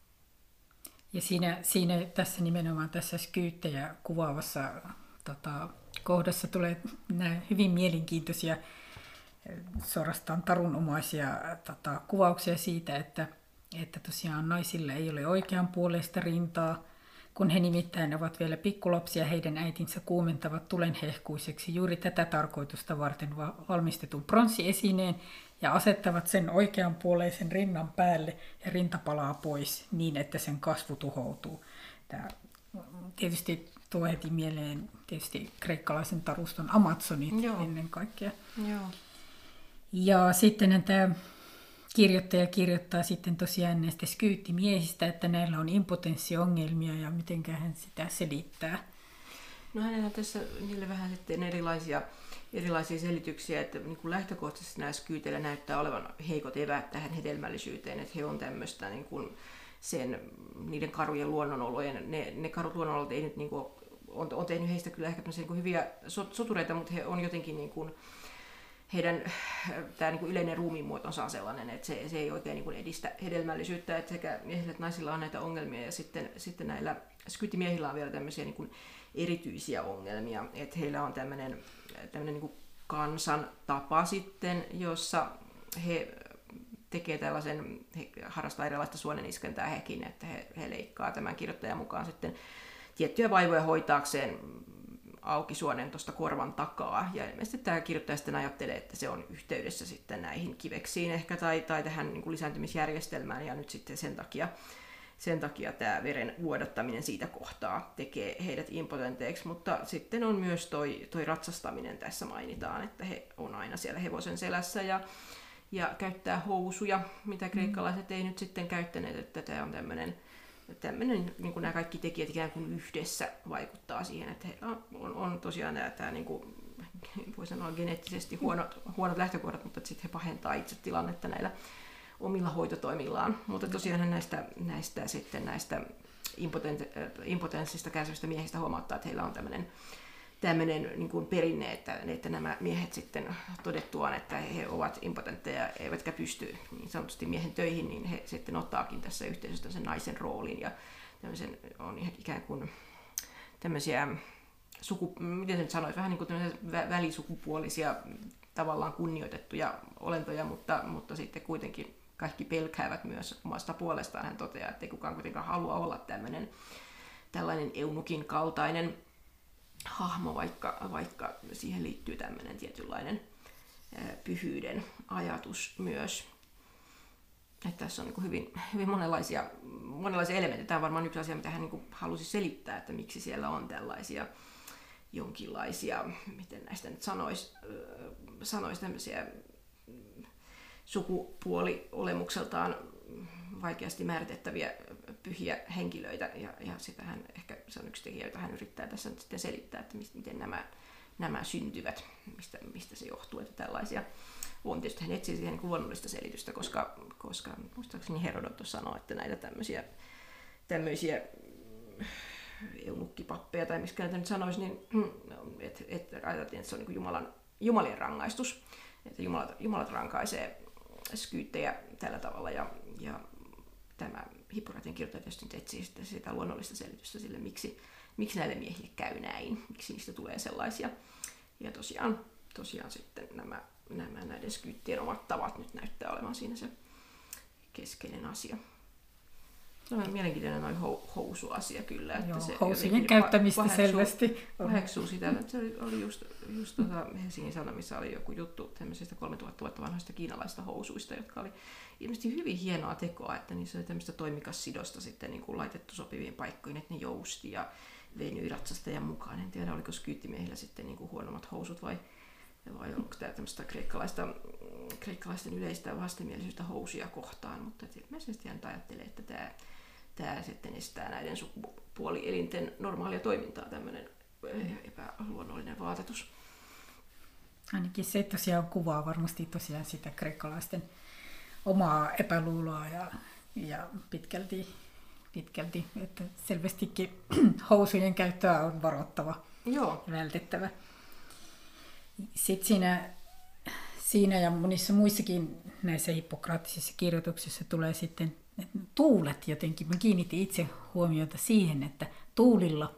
Ja siinä, siinä tässä nimenomaan tässä skyyttejä kuvaavassa tota, kohdassa tulee nämä hyvin mielenkiintoisia, suorastaan tarunomaisia tota, kuvauksia siitä, että, että tosiaan naisilla ei ole oikeanpuoleista rintaa, kun he nimittäin ovat vielä pikkulapsia, heidän äitinsä kuumentavat tulenhehkuiseksi juuri tätä tarkoitusta varten valmistetun pronssiesineen ja asettavat sen oikeanpuoleisen rinnan päälle ja rinta palaa pois niin, että sen kasvu tuhoutuu. Tämä tietysti tuo heti mieleen tietysti kreikkalaisen taruston Amazonit Joo. ennen kaikkea. Joo. Ja sitten tämä kirjoittaja kirjoittaa sitten tosiaan näistä skyyttimiehistä, että näillä on impotenssiongelmia ja miten hän sitä selittää. No hänellä on tässä niille vähän sitten erilaisia, erilaisia selityksiä, että niin kuin lähtökohtaisesti näillä skyyteillä näyttää olevan heikot eväät tähän hedelmällisyyteen, että he on tämmöistä niin kuin sen, niiden karujen luonnonolojen, ne, ne karut luonnonolot ei nyt niin kuin, on, on tehnyt heistä kyllä ehkä niin kuin hyviä sotureita, mutta he on jotenkin niin kuin, heidän tämä niin kuin yleinen ruumiinmuotonsa on sellainen, että se, se ei oikein niin kuin edistä hedelmällisyyttä, että sekä miehillä että naisilla on näitä ongelmia ja sitten, sitten näillä skyyttimiehillä on vielä tämmöisiä niin kuin erityisiä ongelmia, että heillä on tämmöinen, tämmöinen niin kuin kansan tapa sitten, jossa he tekee tällaisen, he harrastaa erilaista suoneniskentää hekin, että he, he leikkaa tämän kirjoittajan mukaan sitten tiettyjä vaivoja hoitaakseen auki suonen tuosta korvan takaa. Ja ilmeisesti tämä kirjoittaja sitten ajattelee, että se on yhteydessä sitten näihin kiveksiin ehkä tai, tai tähän niin kuin lisääntymisjärjestelmään ja nyt sitten sen takia, sen takia tämä veren vuodattaminen siitä kohtaa tekee heidät impotenteiksi, mutta sitten on myös toi, toi ratsastaminen tässä mainitaan, että he on aina siellä hevosen selässä ja, ja käyttää housuja, mitä kreikkalaiset ei nyt sitten käyttäneet, että tämä on tämmöinen, tämmöinen niin kuin nämä kaikki tekijät ikään kuin yhdessä vaikuttaa siihen, että heillä on, on, on tosiaan nämä, tämä niin kuin, voi sanoa geneettisesti huonot, huonot lähtökohdat, mutta sitten he pahentaa itse tilannetta näillä omilla hoitotoimillaan. Mutta tosiaan näistä, näistä, sitten näistä impotent, impotenssista kärsivistä miehistä huomauttaa, että heillä on tämmöinen, tämmöinen niin kuin perinne, että, että nämä miehet sitten todettuaan, että he ovat impotentteja eivätkä pysty niin sanotusti miehen töihin, niin he sitten ottaakin tässä yhteisössä sen naisen roolin ja tämmöisen on ikään kuin tämmöisiä suku, miten se nyt sanoisi, vähän niin kuin välisukupuolisia tavallaan kunnioitettuja olentoja, mutta, mutta sitten kuitenkin kaikki pelkäävät myös omasta puolestaan. Hän toteaa, että ei kukaan kuitenkaan halua olla tämmöinen, tällainen eunukin kaltainen hahmo, vaikka, vaikka siihen liittyy tämmöinen tietynlainen pyhyyden ajatus myös. Että tässä on niin kuin hyvin, hyvin monenlaisia, monenlaisia elementtejä. Tämä on varmaan yksi asia, mitä hän niin kuin halusi selittää, että miksi siellä on tällaisia jonkinlaisia, miten näistä nyt sanoisi, sanoisi tämmöisiä sukupuoliolemukseltaan vaikeasti määritettäviä pyhiä henkilöitä, ja, ja sitä hän ehkä se on yksi tekijä, jota hän yrittää tässä nyt sitten selittää, että miten nämä, nämä syntyvät, mistä, mistä se johtuu, että tällaisia on. Tietysti hän etsii siihen niin luonnollista selitystä, koska, koska muistaakseni Herodotos sanoo, että näitä tämmöisiä, tämmöisiä eunukkipappeja tai miksi nyt sanoisi, niin että et, ajateltiin, että se on niin kuin Jumalan, Jumalien rangaistus, että Jumalat, Jumalat rankaisee skyyttejä tällä tavalla, ja, ja tämä Hippokrateen kirjoittaja tietysti etsii sitä, sitä luonnollista selitystä sille, miksi, miksi näille miehille käy näin, miksi niistä tulee sellaisia. Ja tosiaan, tosiaan sitten nämä, nämä näiden skyyttien omat tavat nyt näyttää olevan siinä se keskeinen asia. Se on mielenkiintoinen noin housuasia kyllä. Että Joo, se housujen käyttämistä paheksuu, selvästi. Paheksuu sitä. Että se oli just, just tuota Helsingin Sanomissa oli joku juttu tämmöisistä kolmetuhatta vuotta vanhoista kiinalaisista housuista, jotka oli ilmeisesti hyvin hienoa tekoa, että niissä oli tämmöistä toimikassidosta sitten niin kuin laitettu sopiviin paikkoihin, että ne jousti ja venyi ratsastajan mukaan. En tiedä, oliko skyyttimiehillä sitten niin kuin huonommat housut vai, vai onko tämä tämmöistä kreikkalaista, kreikkalaisten yleistä vastenmielisyyttä housuja kohtaan, mutta ilmeisesti hän ajattelee, että tämä Tämä sitten estää näiden sukupuolielinten normaalia toimintaa, tämmöinen epäluonnollinen vaatetus. Ainakin se tosiaan kuvaa varmasti tosiaan sitä kreikkalaisten omaa epäluuloa ja, ja pitkälti, pitkälti, että selvästikin housujen käyttöä on varoittava Joo. ja vältettävä. Sitten siinä, siinä ja monissa muissakin näissä hippokraattisissa kirjoituksissa tulee sitten tuulet jotenkin. Mä kiinnitin itse huomiota siihen, että tuulilla,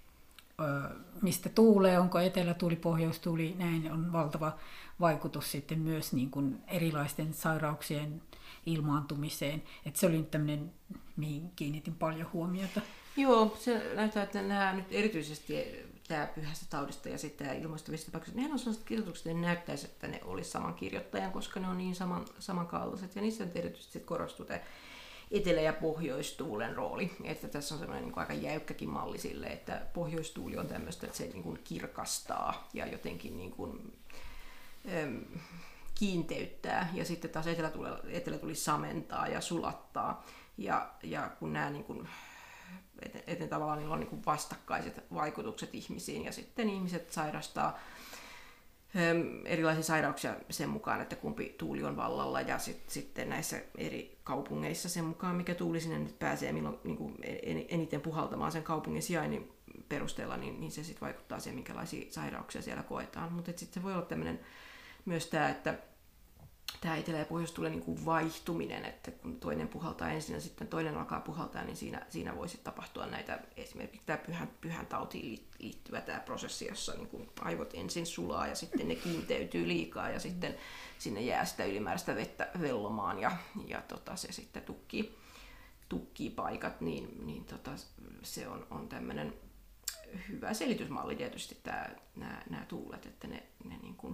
mistä tuulee, onko etelätuuli, pohjoistuuli, näin on valtava vaikutus sitten myös niin kuin erilaisten sairauksien ilmaantumiseen. Että se oli tämmöinen, mihin kiinnitin paljon huomiota. Joo, se näyttää, että nämä nyt erityisesti tämä pyhästä taudista ja sitten tämä ilmoistavista tapauksista, nehän on sellaiset kirjoitukset, että ne näyttäisi, että ne olisi saman kirjoittajan, koska ne on niin saman, samankaltaiset. Ja niissä erityisesti korostuu tämä etelä- ja pohjoistuulen rooli. Että tässä on semmoinen niin kuin aika jäykkäkin malli sille, että pohjoistuuli on tämmöistä, että se niin kuin kirkastaa ja jotenkin niin kuin, äm, kiinteyttää. Ja sitten taas etelätuuli, etelätuuli samentaa ja sulattaa. Ja, ja kun nämä niin kuin, että et tavallaan niillä on niin kuin vastakkaiset vaikutukset ihmisiin ja sitten ihmiset sairastaa erilaisia sairauksia sen mukaan, että kumpi tuuli on vallalla ja sit, sitten näissä eri kaupungeissa sen mukaan, mikä tuuli sinne nyt pääsee milloin niin kuin eniten puhaltamaan sen kaupungin sijainnin perusteella, niin, niin se sitten vaikuttaa siihen, minkälaisia sairauksia siellä koetaan. Mutta sitten se voi olla tämmöinen myös tämä, että tämä etelä- ja pohjoistuulen niin kuin vaihtuminen, että kun toinen puhaltaa ensin ja sitten toinen alkaa puhaltaa, niin siinä, siinä voisi tapahtua näitä, esimerkiksi tämä pyhän, pyhän tautiin liittyvä tämä prosessi, jossa niin kuin aivot ensin sulaa ja sitten ne kiinteytyy liikaa ja sitten sinne jää sitä ylimääräistä vettä vellomaan ja, ja tota, se sitten tukkii, tukkii paikat, niin, niin tota, se on, on tämmöinen hyvä selitysmalli tietysti tämä, nämä, nämä tuulet, että ne, ne niin kuin,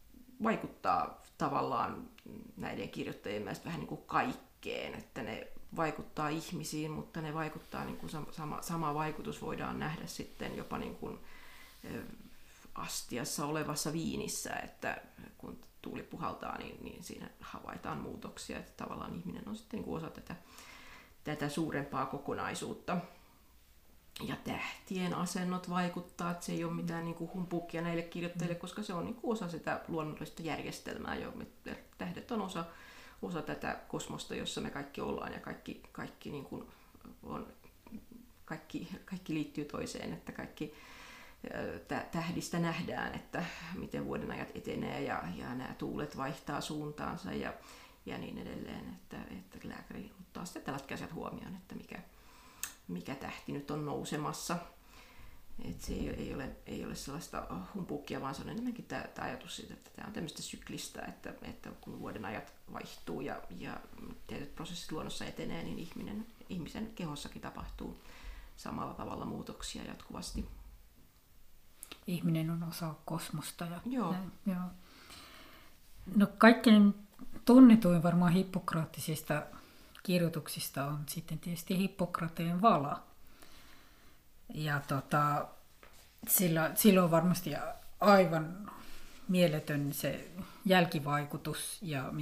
vaikuttaa tavallaan näiden kirjoittajien mielestä vähän niin kuin kaikkeen, että ne vaikuttaa ihmisiin, mutta ne vaikuttaa, niin kuin sama, sama vaikutus voidaan nähdä sitten jopa niin kuin astiassa olevassa viinissä, että kun tuuli puhaltaa, niin, niin siinä havaitaan muutoksia, että tavallaan ihminen on sitten niin kuin osa tätä, tätä suurempaa kokonaisuutta. Ja tähtien asennot vaikuttaa, että se ei ole mitään niin kuin humpuukia näille kirjoittajille, koska se on niin kuin osa sitä luonnollista järjestelmää, jo tähdet on osa, osa tätä kosmosta, jossa me kaikki ollaan ja kaikki, kaikki, niin kuin on, kaikki, kaikki liittyy toiseen, että kaikki tähdistä nähdään, että miten vuodenajat etenee ja, ja nämä tuulet vaihtaa suuntaansa ja, ja niin edelleen, että, että lääkäri ottaa sitten tällaiset asiat huomioon, että mikä, mikä tähti nyt on nousemassa. Et se ei, ei, ole, ei ole sellaista humpuukia, vaan se on enemmänkin tämä, tämä ajatus siitä, että tämä on tämmöistä syklistä, että, että kun vuodenajat vaihtuu ja, ja tietyt prosessit luonnossa etenee, niin ihminen, ihmisen kehossakin tapahtuu samalla tavalla muutoksia jatkuvasti. Ihminen on osa kosmosta. Ja Joo. Näin, joo. No kaikkein tunnetuin varmaan hippokraattisista kirjoituksista on sitten tietysti Hippokrateen vala. Ja tota, sillä, sillä on varmasti aivan mieletön se jälkivaikutus, ja,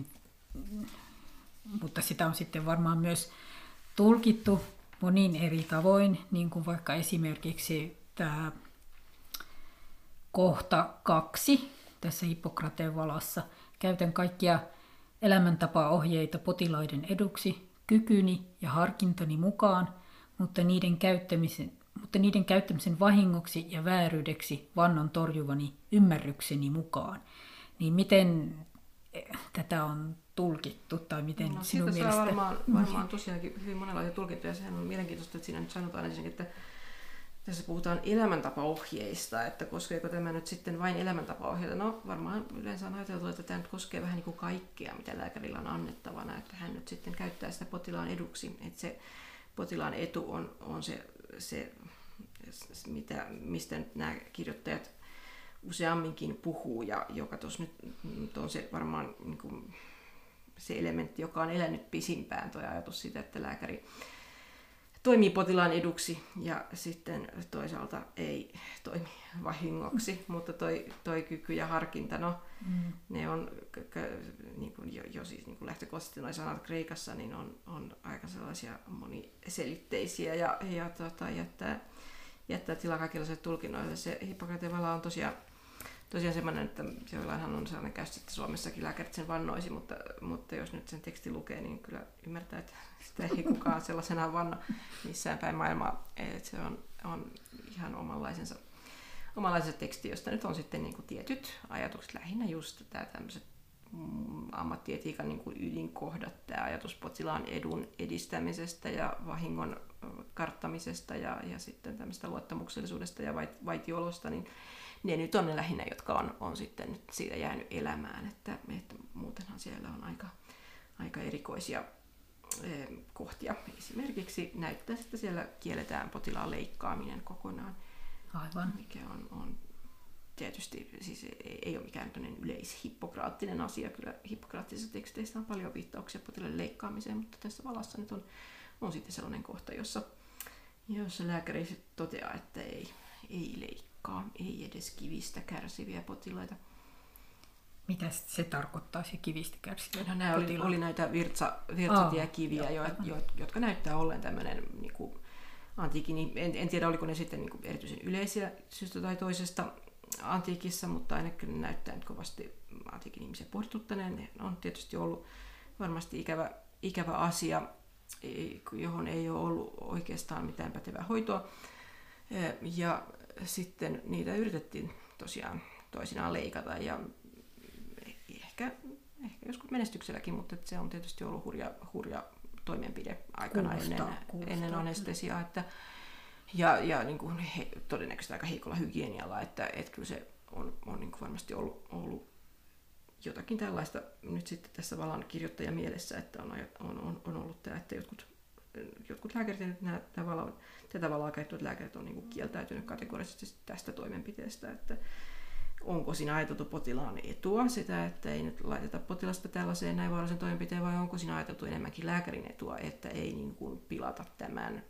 mutta sitä on sitten varmaan myös tulkittu monin eri tavoin, niin kuin vaikka esimerkiksi tämä kohta kaksi tässä Hippokrateen valassa. Käytän kaikkia elämäntapaohjeita potilaiden eduksi, kykyni ja harkintani mukaan, mutta niiden käyttämisen, mutta niiden käyttämisen vahingoksi ja vääryydeksi vannon torjuvani ymmärrykseni mukaan. Niin miten tätä on tulkittu, tai miten no, sinun siitä mielestä? Varmaan, varmaan tosiaankin hyvin monenlaisia tulkittu, ja sehän on mielenkiintoista, että siinä nyt sanotaan ensinnäkin, että tässä puhutaan elämäntapaohjeista, että koskeeko tämä nyt sitten vain elämäntapaohjeita. No varmaan yleensä on ajateltu, että tämä nyt koskee vähän niin kuin kaikkea, mitä lääkärillä on annettavana, että hän nyt sitten käyttää sitä potilaan eduksi. Että se potilaan etu on, on se, se mitä, mistä nyt nämä kirjoittajat useamminkin puhuu, ja joka tuossa nyt on se varmaan niin kuin se elementti, joka on elänyt pisimpään, tuo ajatus siitä, että lääkäri toimii potilaan eduksi ja sitten toisaalta ei toimi vahingoksi, mutta toi, toi kyky ja harkinta, no, mm. ne on niin kuin jo, jo siis niin kuin lähtökohtaisesti nuo sanat Kreikassa, niin on, on aika sellaisia moniselitteisiä ja, ja tota, jättää, jättää tilaa kaikenlaisille tulkinnoille. Se Hippokrateen vala on tosiaan Tosiaan semmoinen, että joillainhan on sellainen käsitys, että Suomessakin lääkärit sen vannoisi, mutta, mutta jos nyt sen teksti lukee, niin kyllä ymmärtää, että sitä ei kukaan sellaisenaan vanno missään päin maailmaa. Et se on, on ihan omanlaisensa, omanlaisensa teksti, josta nyt on sitten niin kuin tietyt ajatukset, lähinnä just tämä tämmöiset ammattietiikan niin kuin ydinkohdat, tämä ajatus potilaan edun edistämisestä ja vahingon karttamisesta ja, ja sitten tämmöistä luottamuksellisuudesta ja vaitiolosta, niin ne nyt on ne lähinnä, jotka on, on sitten nyt siitä jäänyt elämään, että, että muutenhan siellä on aika, aika erikoisia eh, kohtia. Esimerkiksi näyttää, että siellä kielletään potilaan leikkaaminen kokonaan. Aivan. Mikä on, on tietysti, siis ei, ei ole mikään yleishippokraattinen asia. Kyllä hippokraattisissa teksteissä on paljon viittauksia potilaan leikkaamiseen, mutta tässä valassa nyt on, on sitten sellainen kohta, jossa, jossa lääkäri toteaa, että ei, ei leikkaa. Ei edes kivistä kärsiviä potilaita. Mitä se tarkoittaa, se kivistä kärsiviä no, nämä oli, oli näitä virtsa, virtsatiekiviä, oh, jo, jo, jotka näyttää olleen tämmöinen niin kuin antiikin, en, en tiedä oliko ne sitten niin kuin erityisen yleisiä syystä tai toisesta antiikissa, mutta ainakin näyttää nyt kovasti antiikin ihmisiä pohdituttaneen. Ne on tietysti ollut varmasti ikävä, ikävä asia, johon ei ole ollut oikeastaan mitään pätevää hoitoa. Ja sitten niitä yritettiin tosiaan toisinaan leikata ja ehkä, ehkä joskus menestykselläkin, mutta se on tietysti ollut hurja, hurja toimenpide aikana kuulostaa, ennen, kuulostaa. ennen anestesiaa. Että, ja ja niin kuin he, todennäköisesti aika heikolla hygienialla, että, että kyllä se on, on niin kuin varmasti ollut, ollut jotakin tällaista nyt sitten tässä valan kirjoittajan mielessä, että on, on, on, on ollut tämä, että jotkut Jotkut lääkärit, nämä, nämä valo, tätä valaa käyttävät lääkärit on niin kuin kieltäytynyt kategorisesti tästä toimenpiteestä, että onko siinä ajateltu potilaan etua, sitä, että ei nyt laiteta potilasta tällaiseen näin vaarallisen toimenpiteen, vai onko siinä ajateltu enemmänkin lääkärin etua, että ei niin kuin pilata tämän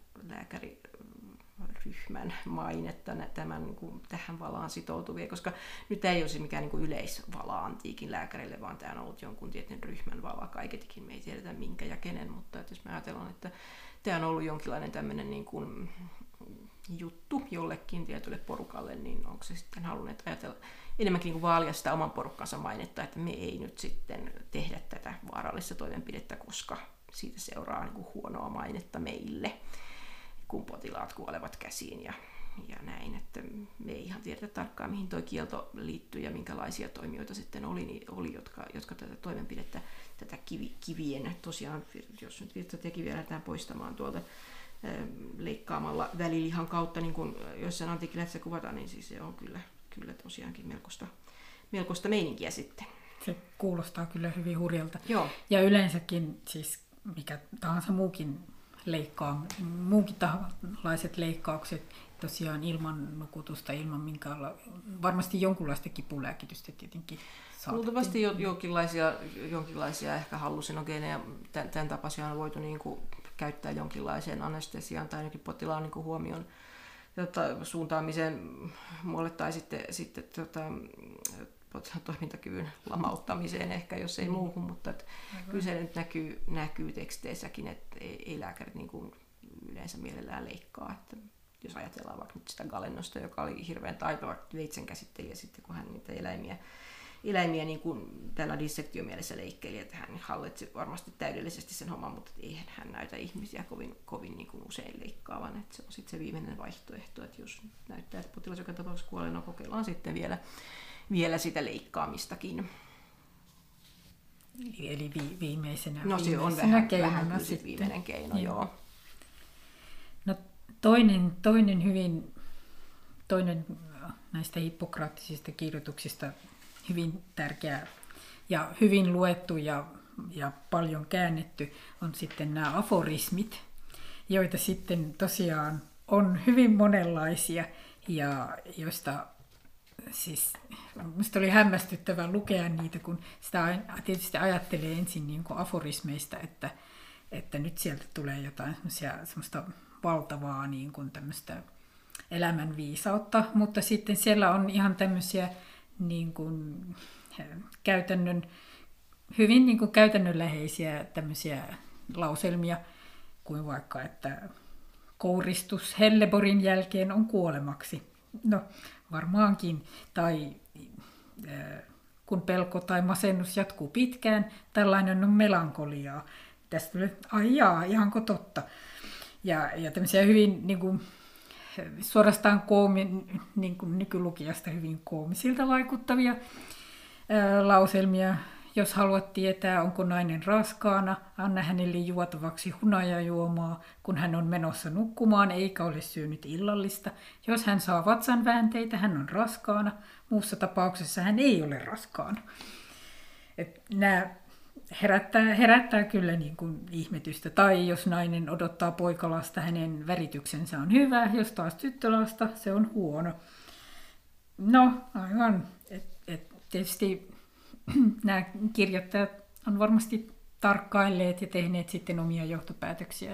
lääkäriryhmän mainetta tämän, niin kuin tähän valaan sitoutuvia, koska nyt ei olisi mikään niin kuin yleisvala antiikin lääkärille, vaan tämä on ollut jonkun tietyn ryhmän vala kaiketikin, me ei tiedetä minkä ja kenen, mutta että jos me ajatellaan, että tämä on ollut jonkinlainen tämmöinen niin kuin juttu jollekin tietylle porukalle, niin onko se sitten halunnut ajatella enemmänkin niin kuin vaalia sitä oman porukkansa mainetta, että me ei nyt sitten tehdä tätä vaarallista toimenpidettä, koska siitä seuraa niin kuin huonoa mainetta meille, kun potilaat kuolevat käsiin ja, ja näin, että me ei ihan tiedetä tarkkaan, mihin tuo kielto liittyy ja minkälaisia toimijoita sitten oli, niin oli jotka, jotka tätä toimenpidettä, tätä kivi, kivien, tosiaan, jos nyt virtsatiakiviä lähdetään poistamaan tuolta leikkaamalla välilihan kautta, niin kuin jossain antiikkilähdessä kuvataan, niin siis se on kyllä, kyllä tosiaankin melkoista, melkoista meininkiä sitten. Se kuulostaa kyllä hyvin hurjalta. Joo. Ja yleensäkin siis mikä tahansa muukin leikkaa, muunkin tahanlaiset leikkaukset tosiaan ilman nukutusta, ilman minkäänlaista, varmasti jonkunlaista kipulääkitystä tietenkin saatettiin. Luultavasti jonkinlaisia, jonkinlaisia ehkä hallusinogeeneja, tämän, tämän tapaisia on voitu niin kuin käyttää jonkinlaiseen anestesiaan tai ainakin potilaan niin kuin huomion jota, suuntaamiseen muualle tai sitten, sitten tota, potilaan toimintakyvyn lamauttamiseen ehkä, jos ei mm. muuhun, mutta et, kyllä se nyt näkyy, näkyy teksteissäkin, että ei, ei lääkärit niin kuin yleensä mielellään leikkaa. Että jos ajatellaan vaikka nyt sitä Galennosta, joka oli hirveän taitava veitsen käsittelijä sitten, kun hän niitä eläimiä eläimiä niin kuin tällä dissektiomielessä leikkeli, että hän hallitsi varmasti täydellisesti sen homman, mutta eihän hän näytä ihmisiä kovin, kovin niin kuin usein leikkaavan. Että se on sitten se viimeinen vaihtoehto, että jos näyttää, että potilas joka tapauksessa kuolee, no kokeillaan sitten vielä, vielä sitä leikkaamistakin. Eli vi- viimeisenä, no, se viimeisenä on vähän, keinona vähän sitten. Viimeinen keino, joo. joo. No, toinen, toinen hyvin, toinen näistä hippokraattisista kirjoituksista hyvin tärkeä ja hyvin luettu ja, ja paljon käännetty on sitten nämä aforismit, joita sitten tosiaan on hyvin monenlaisia ja joista siis minusta oli hämmästyttävää lukea niitä, kun sitä tietysti ajattelee ensin niin kuin aforismeista, että, että nyt sieltä tulee jotain semmoista valtavaa niin kuin tämmöistä elämänviisautta, mutta sitten siellä on ihan tämmöisiä niin kuin käytännön, hyvin niin kuin käytännönläheisiä tämmöisiä lauselmia, kuin vaikka, että kouristus Helleborin jälkeen on kuolemaksi. No, varmaankin. Tai kun pelko tai masennus jatkuu pitkään, tällainen on melankoliaa. Tästä tulee, ai jaa, ihanko totta. Ja, ja tämmöisiä hyvin niin kuin, suorastaan koomi, niin kuin nykylukijasta hyvin koomisilta vaikuttavia ää, lauselmia. Jos haluat tietää, onko nainen raskaana, anna hänelle juotavaksi hunajajuomaa, kun hän on menossa nukkumaan eikä ole syönyt illallista. Jos hän saa vatsan väänteitä, hän on raskaana. Muussa tapauksessa hän ei ole raskaana. Et nämä herättää, herättää kyllä niin kuin ihmetystä. Tai jos nainen odottaa poikalasta, hänen värityksensä on hyvä. Jos taas tyttölasta, se on huono. No, aivan. Et, et, tietysti nämä kirjoittajat on varmasti tarkkailleet ja tehneet sitten omia johtopäätöksiä.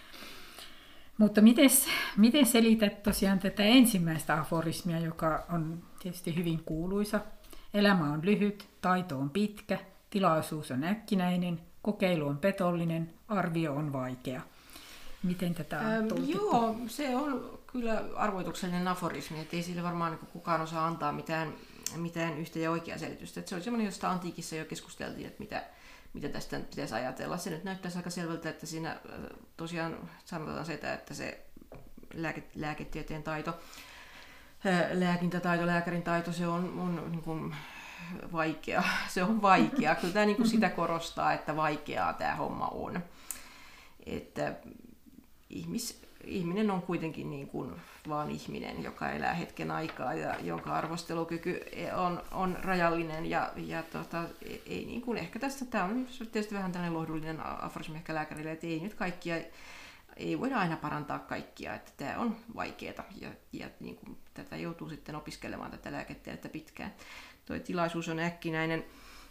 Mutta mites, miten selität tosiaan tätä ensimmäistä aforismia, joka on tietysti hyvin kuuluisa? Elämä on lyhyt, taito on pitkä, tilaisuus on äkkinäinen, kokeilu on petollinen, arvio on vaikea. Miten tätä on ähm, tulkittu? Joo, se on kyllä arvoituksellinen aforismi, että ei sille varmaan niin kukaan osaa antaa mitään mitään yhtä ja oikeaa selitystä. Että se oli semmoinen, josta antiikissa jo keskusteltiin, että mitä, mitä tästä nyt pitäisi ajatella. Se nyt näyttäisi aika selvältä, että siinä tosiaan sanotaan sitä, että se lääke, lääketieteen taito, lääkintätaito, lääkärin taito, se on, on niin kuin vaikea. Se on vaikea. Kyllä tämä niin kuin sitä korostaa, että vaikeaa tämä homma on. Että ihmis... Ihminen on kuitenkin niin kuin vaan ihminen, joka elää hetken aikaa ja jonka arvostelukyky on, on rajallinen. Ja, ja tota, ei niin kuin, ehkä tästä tämä on tietysti vähän tällainen lohdullinen aforismi ehkä lääkärille, että ei nyt kaikkia ei voida aina parantaa kaikkia, että tämä on vaikeaa ja, ja niin kuin, tätä joutuu sitten opiskelemaan tätä lääketiedettä pitkään. Tuo tilaisuus on äkkinäinen.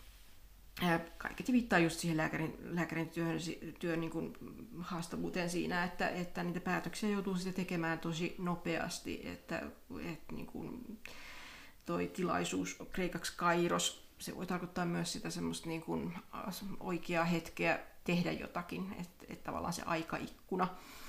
Kaiketi viittaa just siihen lääkärin, lääkärin työn, työn niin kuin haastavuuteen siinä, että, että niitä päätöksiä joutuu sitten tekemään tosi nopeasti, että, että niin kuin toi tilaisuus kreikaksi kairos, se voi tarkoittaa myös sitä semmoista niin kuin oikeaa hetkeä tehdä jotakin, että, että tavallaan se aikaikkuna,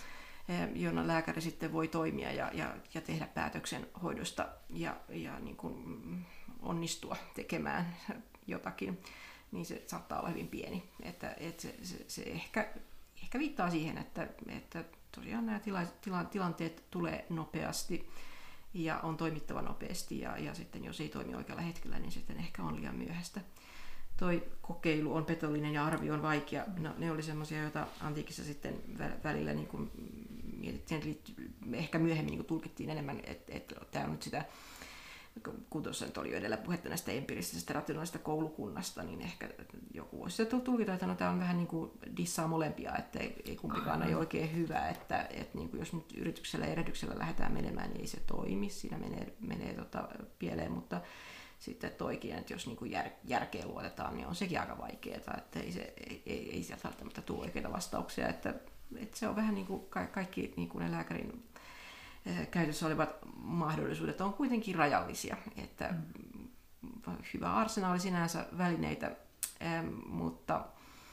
jona lääkäri sitten voi toimia ja, ja, ja tehdä päätöksen hoidosta ja, ja niin kuin onnistua tekemään jotakin, niin se saattaa olla hyvin pieni. Että, että se, se, se ehkä, ehkä viittaa siihen, että, että tosiaan nämä tila, tila, tilanteet tulee nopeasti ja on toimittava nopeasti ja, ja sitten jos ei toimi oikealla hetkellä, niin sitten ehkä on liian myöhäistä. Toi kokeilu on petollinen ja arvio on vaikea. No, ne oli semmoisia, joita antiikissa sitten välillä niin kuin mietittiin, ehkä myöhemmin niin kuin tulkittiin enemmän, että, että tämä on nyt sitä, kun tuossa nyt oli jo edellä puhetta näistä empiirisestä rationaalisesta koulukunnasta, niin ehkä joku voisi sitä tulkita, että no, tämä on vähän niin kuin dissaa molempia, että ei, ei kumpikaan ole oikein hyvä, että, että niin kuin jos nyt yrityksellä ja erehdyksellä lähdetään menemään, niin ei se toimi, siinä menee, menee tota pieleen, mutta sitten toikin, että jos niin kuin jär, järkeä luotetaan, niin on sekin aika vaikeaa, että ei, se, ei, ei, ei sieltä välttämättä tule oikeita vastauksia, että, että se on vähän niin kuin kaikki niin kuin ne lääkärin käytössä olevat mahdollisuudet on kuitenkin rajallisia, että mm. hyvä arsenaali sinänsä välineitä, mutta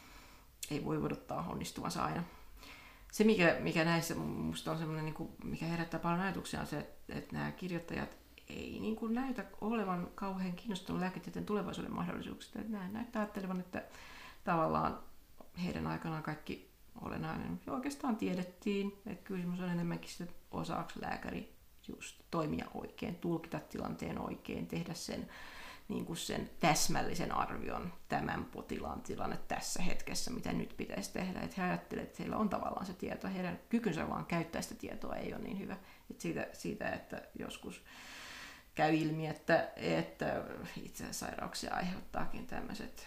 ei voi odottaa onnistuvansa aina. Se, mikä, mikä näissä minusta on semmoinen, niin kuin, mikä herättää paljon ajatuksia, on se, että, että nämä kirjoittajat ei niin kuin näytä olevan kauhean kiinnostunut lääketieteen tulevaisuuden mahdollisuuksista. Että nämä näyttää ajattelevan, että tavallaan heidän aikanaan kaikki olennainen ja oikeastaan tiedettiin, että kysymys on enemmänkin sitä, osaako lääkäri just toimia oikein, tulkita tilanteen oikein, tehdä sen, niin kuin sen täsmällisen arvion tämän potilaan tilanne tässä hetkessä, mitä nyt pitäisi tehdä. Että he ajattelevat, että heillä on tavallaan se tieto, heidän kykynsä vaan käyttää sitä tietoa ei ole niin hyvä. Että siitä, siitä, että joskus käy ilmi, että, että itse asiassa sairauksia aiheuttaakin tämmöiset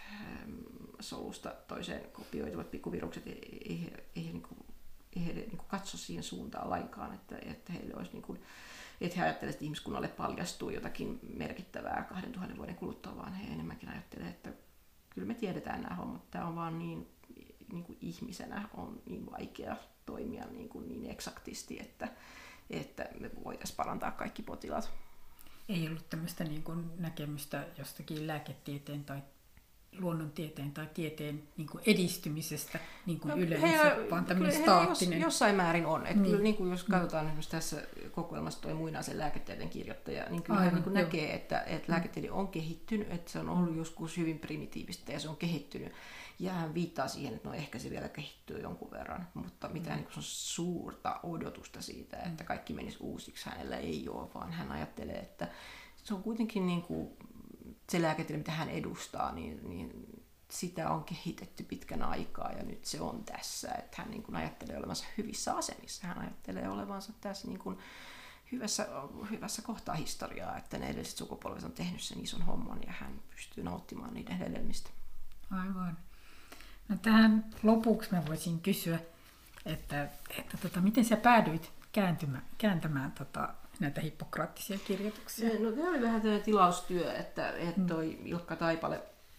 solusta toiseen kopioituvat pikkuvirukset, ei, ei, ei, niin kuin, ei he niin kuin katso siihen suuntaan lainkaan, että, että heille olisi niin kuin, että he ajattelevat, että ihmiskunnalle paljastuu jotakin merkittävää kahdentuhannen vuoden kuluttua, vaan he enemmänkin ajattelevat, että kyllä me tiedetään nämä hommat, tämä on vaan niin, niin kuin ihmisenä on niin vaikea toimia niin, kuin niin eksaktisti, että, että me voitaisiin parantaa kaikki potilaat. Ei ollut tämmöistä niin kuin näkemystä jostakin lääketieteen tai luonnontieteen tai tieteen niin kuin edistymisestä niin kuin no, yleensä, heillä, vaan tämmöinen staattinen. Jos, jossain määrin on. Että niin. Kyllä, niin kuin jos katsotaan esimerkiksi tässä kokoelmassa tuo muinaisen lääketieteen kirjoittaja, niin kyllä hän niin kuin näkee, että, että lääketiede on kehittynyt, että se on ollut joskus hyvin primitiivistä ja se on kehittynyt. Ja hän viittaa siihen, että no ehkä se vielä kehittyy jonkun verran, mutta mitään mm. niin kuin suurta odotusta siitä, että kaikki menisi uusiksi hänellä ei ole, vaan hän ajattelee, että se on kuitenkin niin kuin se lääketiede, mitä hän edustaa, niin, niin sitä on kehitetty pitkän aikaa ja nyt se on tässä. Että hän niin kuin ajattelee olevansa hyvissä asemissa. Hän ajattelee olevansa tässä niin kuin hyvässä, hyvässä kohtaa historiaa, että ne edelliset sukupolvet on tehnyt sen ison homman ja hän pystyy nauttimaan niiden hedelmistä. Aivan. No tähän lopuksi mä voisin kysyä, että, että tota, miten sä päädyit kääntämään, kääntämään tota, näitä hippokraattisia kirjoituksia? No tämä oli vähän tämmöinen tilaustyö, että, että toi Ilkka Taipale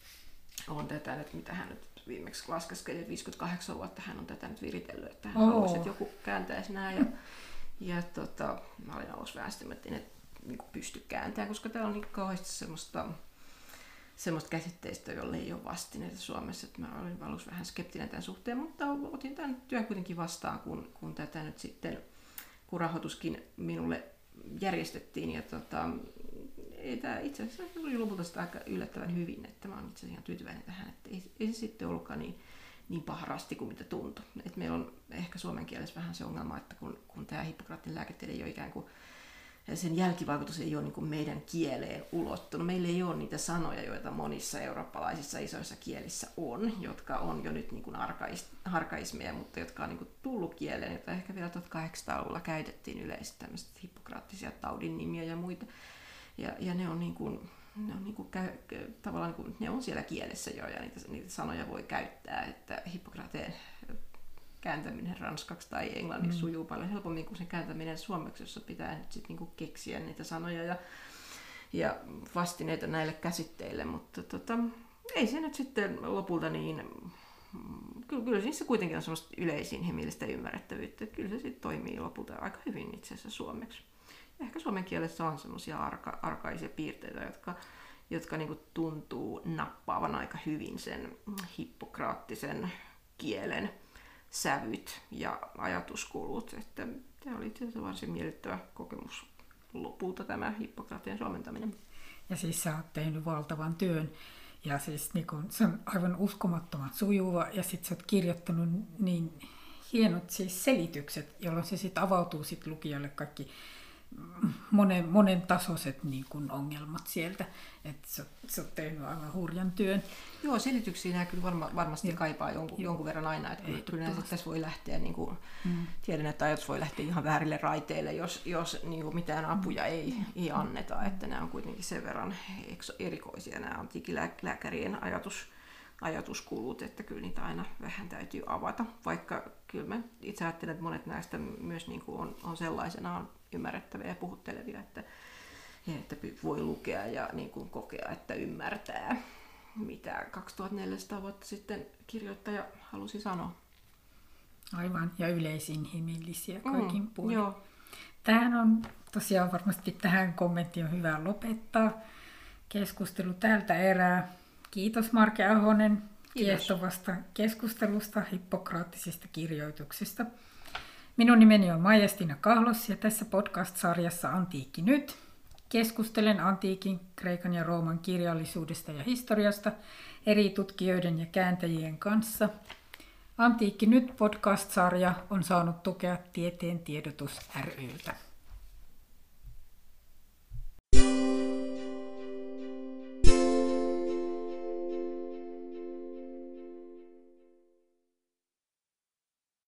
on tätä nyt, mitä hän nyt viimeksi laskeskeli, viisikymmentäkahdeksan vuotta hän on tätä nyt viritellyt, että hän oh. halusi, että joku kääntäisi nämä. Ja, ja tota, mä olin alussa vähän sitä, että en niin pysty kääntämään, koska täällä on niin kauheasti semmoista, semmoista käsitteistä, jolle ei ole vastineita Suomessa. Että mä olin alussa vähän skeptinen tämän suhteen, mutta otin tämän työn kuitenkin vastaan, kun, kun tätä nyt sitten, kun rahoituskin minulle järjestettiin. Ja tota, tämä itse asiassa oli lopulta sitä aika yllättävän hyvin, että mä olen itse asiassa ihan tyytyväinen tähän, että ei, ei se sitten ollutkaan niin, niin paharasti kuin mitä tuntui. Et meillä on ehkä suomen kielessä vähän se ongelma, että kun, kun tämä hippokraattinen lääketiede ei ole ikään kuin, sen jälkivaikutus ei ole niin kuin meidän kieleen ulottunut. Meillä ei ole niitä sanoja, joita monissa eurooppalaisissa isoissa kielissä on, jotka on jo nyt niin kuin arkais, arkaismeja, mutta jotka on niin kuin tullut kieleen, joita ehkä vielä tuhatkahdeksansataaluvulla käytettiin yleisesti tämmöiset hippokraattisia taudin nimiä ja muita. Ja, ja ne on, niin kuin, ne, on niin kuin, tavallaan niin kuin, ne on siellä kielessä jo ja niitä, niitä sanoja voi käyttää, että Hippokrateen kääntäminen ranskaksi tai englanniksi mm. sujuu paljon helpommin kuin se kääntäminen suomeksi, jossa pitää nyt sit niinku keksiä niitä sanoja ja, ja vastineita näille käsitteille, mutta tota, ei se nyt sitten lopulta niin, kyllä, kyllä niissä kuitenkin on semmoista yleisinhimillistä ymmärrettävyyttä, että kyllä se sitten toimii lopulta aika hyvin itse asiassa suomeksi. Ehkä suomen kielessä on semmoisia arka, arkaisia piirteitä, jotka, jotka niinku tuntuu nappaavan aika hyvin sen hippokraattisen kielen sävyt ja ajatuskulut. Että tämä oli tietysti varsin miellyttävä kokemus lopulta tämä Hippokrateen suomentaminen. Ja siis sä oot tehnyt valtavan työn. Ja siis niin kun, se on aivan uskomattoman sujuva ja sit sä oot kirjoittanut niin hienot siis selitykset, jolloin se sit avautuu sit lukijalle kaikki monen, monen tasoiset niin kun ongelmat sieltä. Että sä, sä oot tehnyt aivan hurjan työn. Joo, selityksiä nämä kyllä varma, varmasti ja. kaipaa jonkun, jonkun verran aina. Että kyllä tässä voi lähteä, niin kuin, mm. tiedän, että ajatus voi lähteä ihan väärille raiteille, jos, jos niin kuin mitään apuja mm. ei, ei anneta. Että nämä on kuitenkin sen verran erikoisia nämä antiikkilääkärien ajatus, ajatuskulut, että kyllä niitä aina vähän täytyy avata. Vaikka kyllä mä itse ajattelen, että monet näistä myös niin kuin on, on sellaisenaan ymmärrettäviä ja puhuttelevia, että, että voi lukea ja niin kuin kokea, että ymmärtää, mitä kaksituhattaneljäsataa vuotta sitten kirjoittaja halusi sanoa. Aivan, ja yleisinhimillisiä kaikin mm, puolin. Joo. Tähän on tosiaan varmasti tähän kommenttiin on hyvä lopettaa keskustelu tältä erää. Kiitos Marke Ahonen kiehtovasta keskustelusta hippokraattisista kirjoituksista. Minun nimeni on Maija-Stina Kahlos ja tässä podcast-sarjassa Antiikki nyt keskustelen antiikin, Kreikan ja Rooman kirjallisuudesta ja historiasta eri tutkijoiden ja kääntäjien kanssa. Antiikki nyt podcast-sarja on saanut tukea Tieteen tiedotus ry:ltä.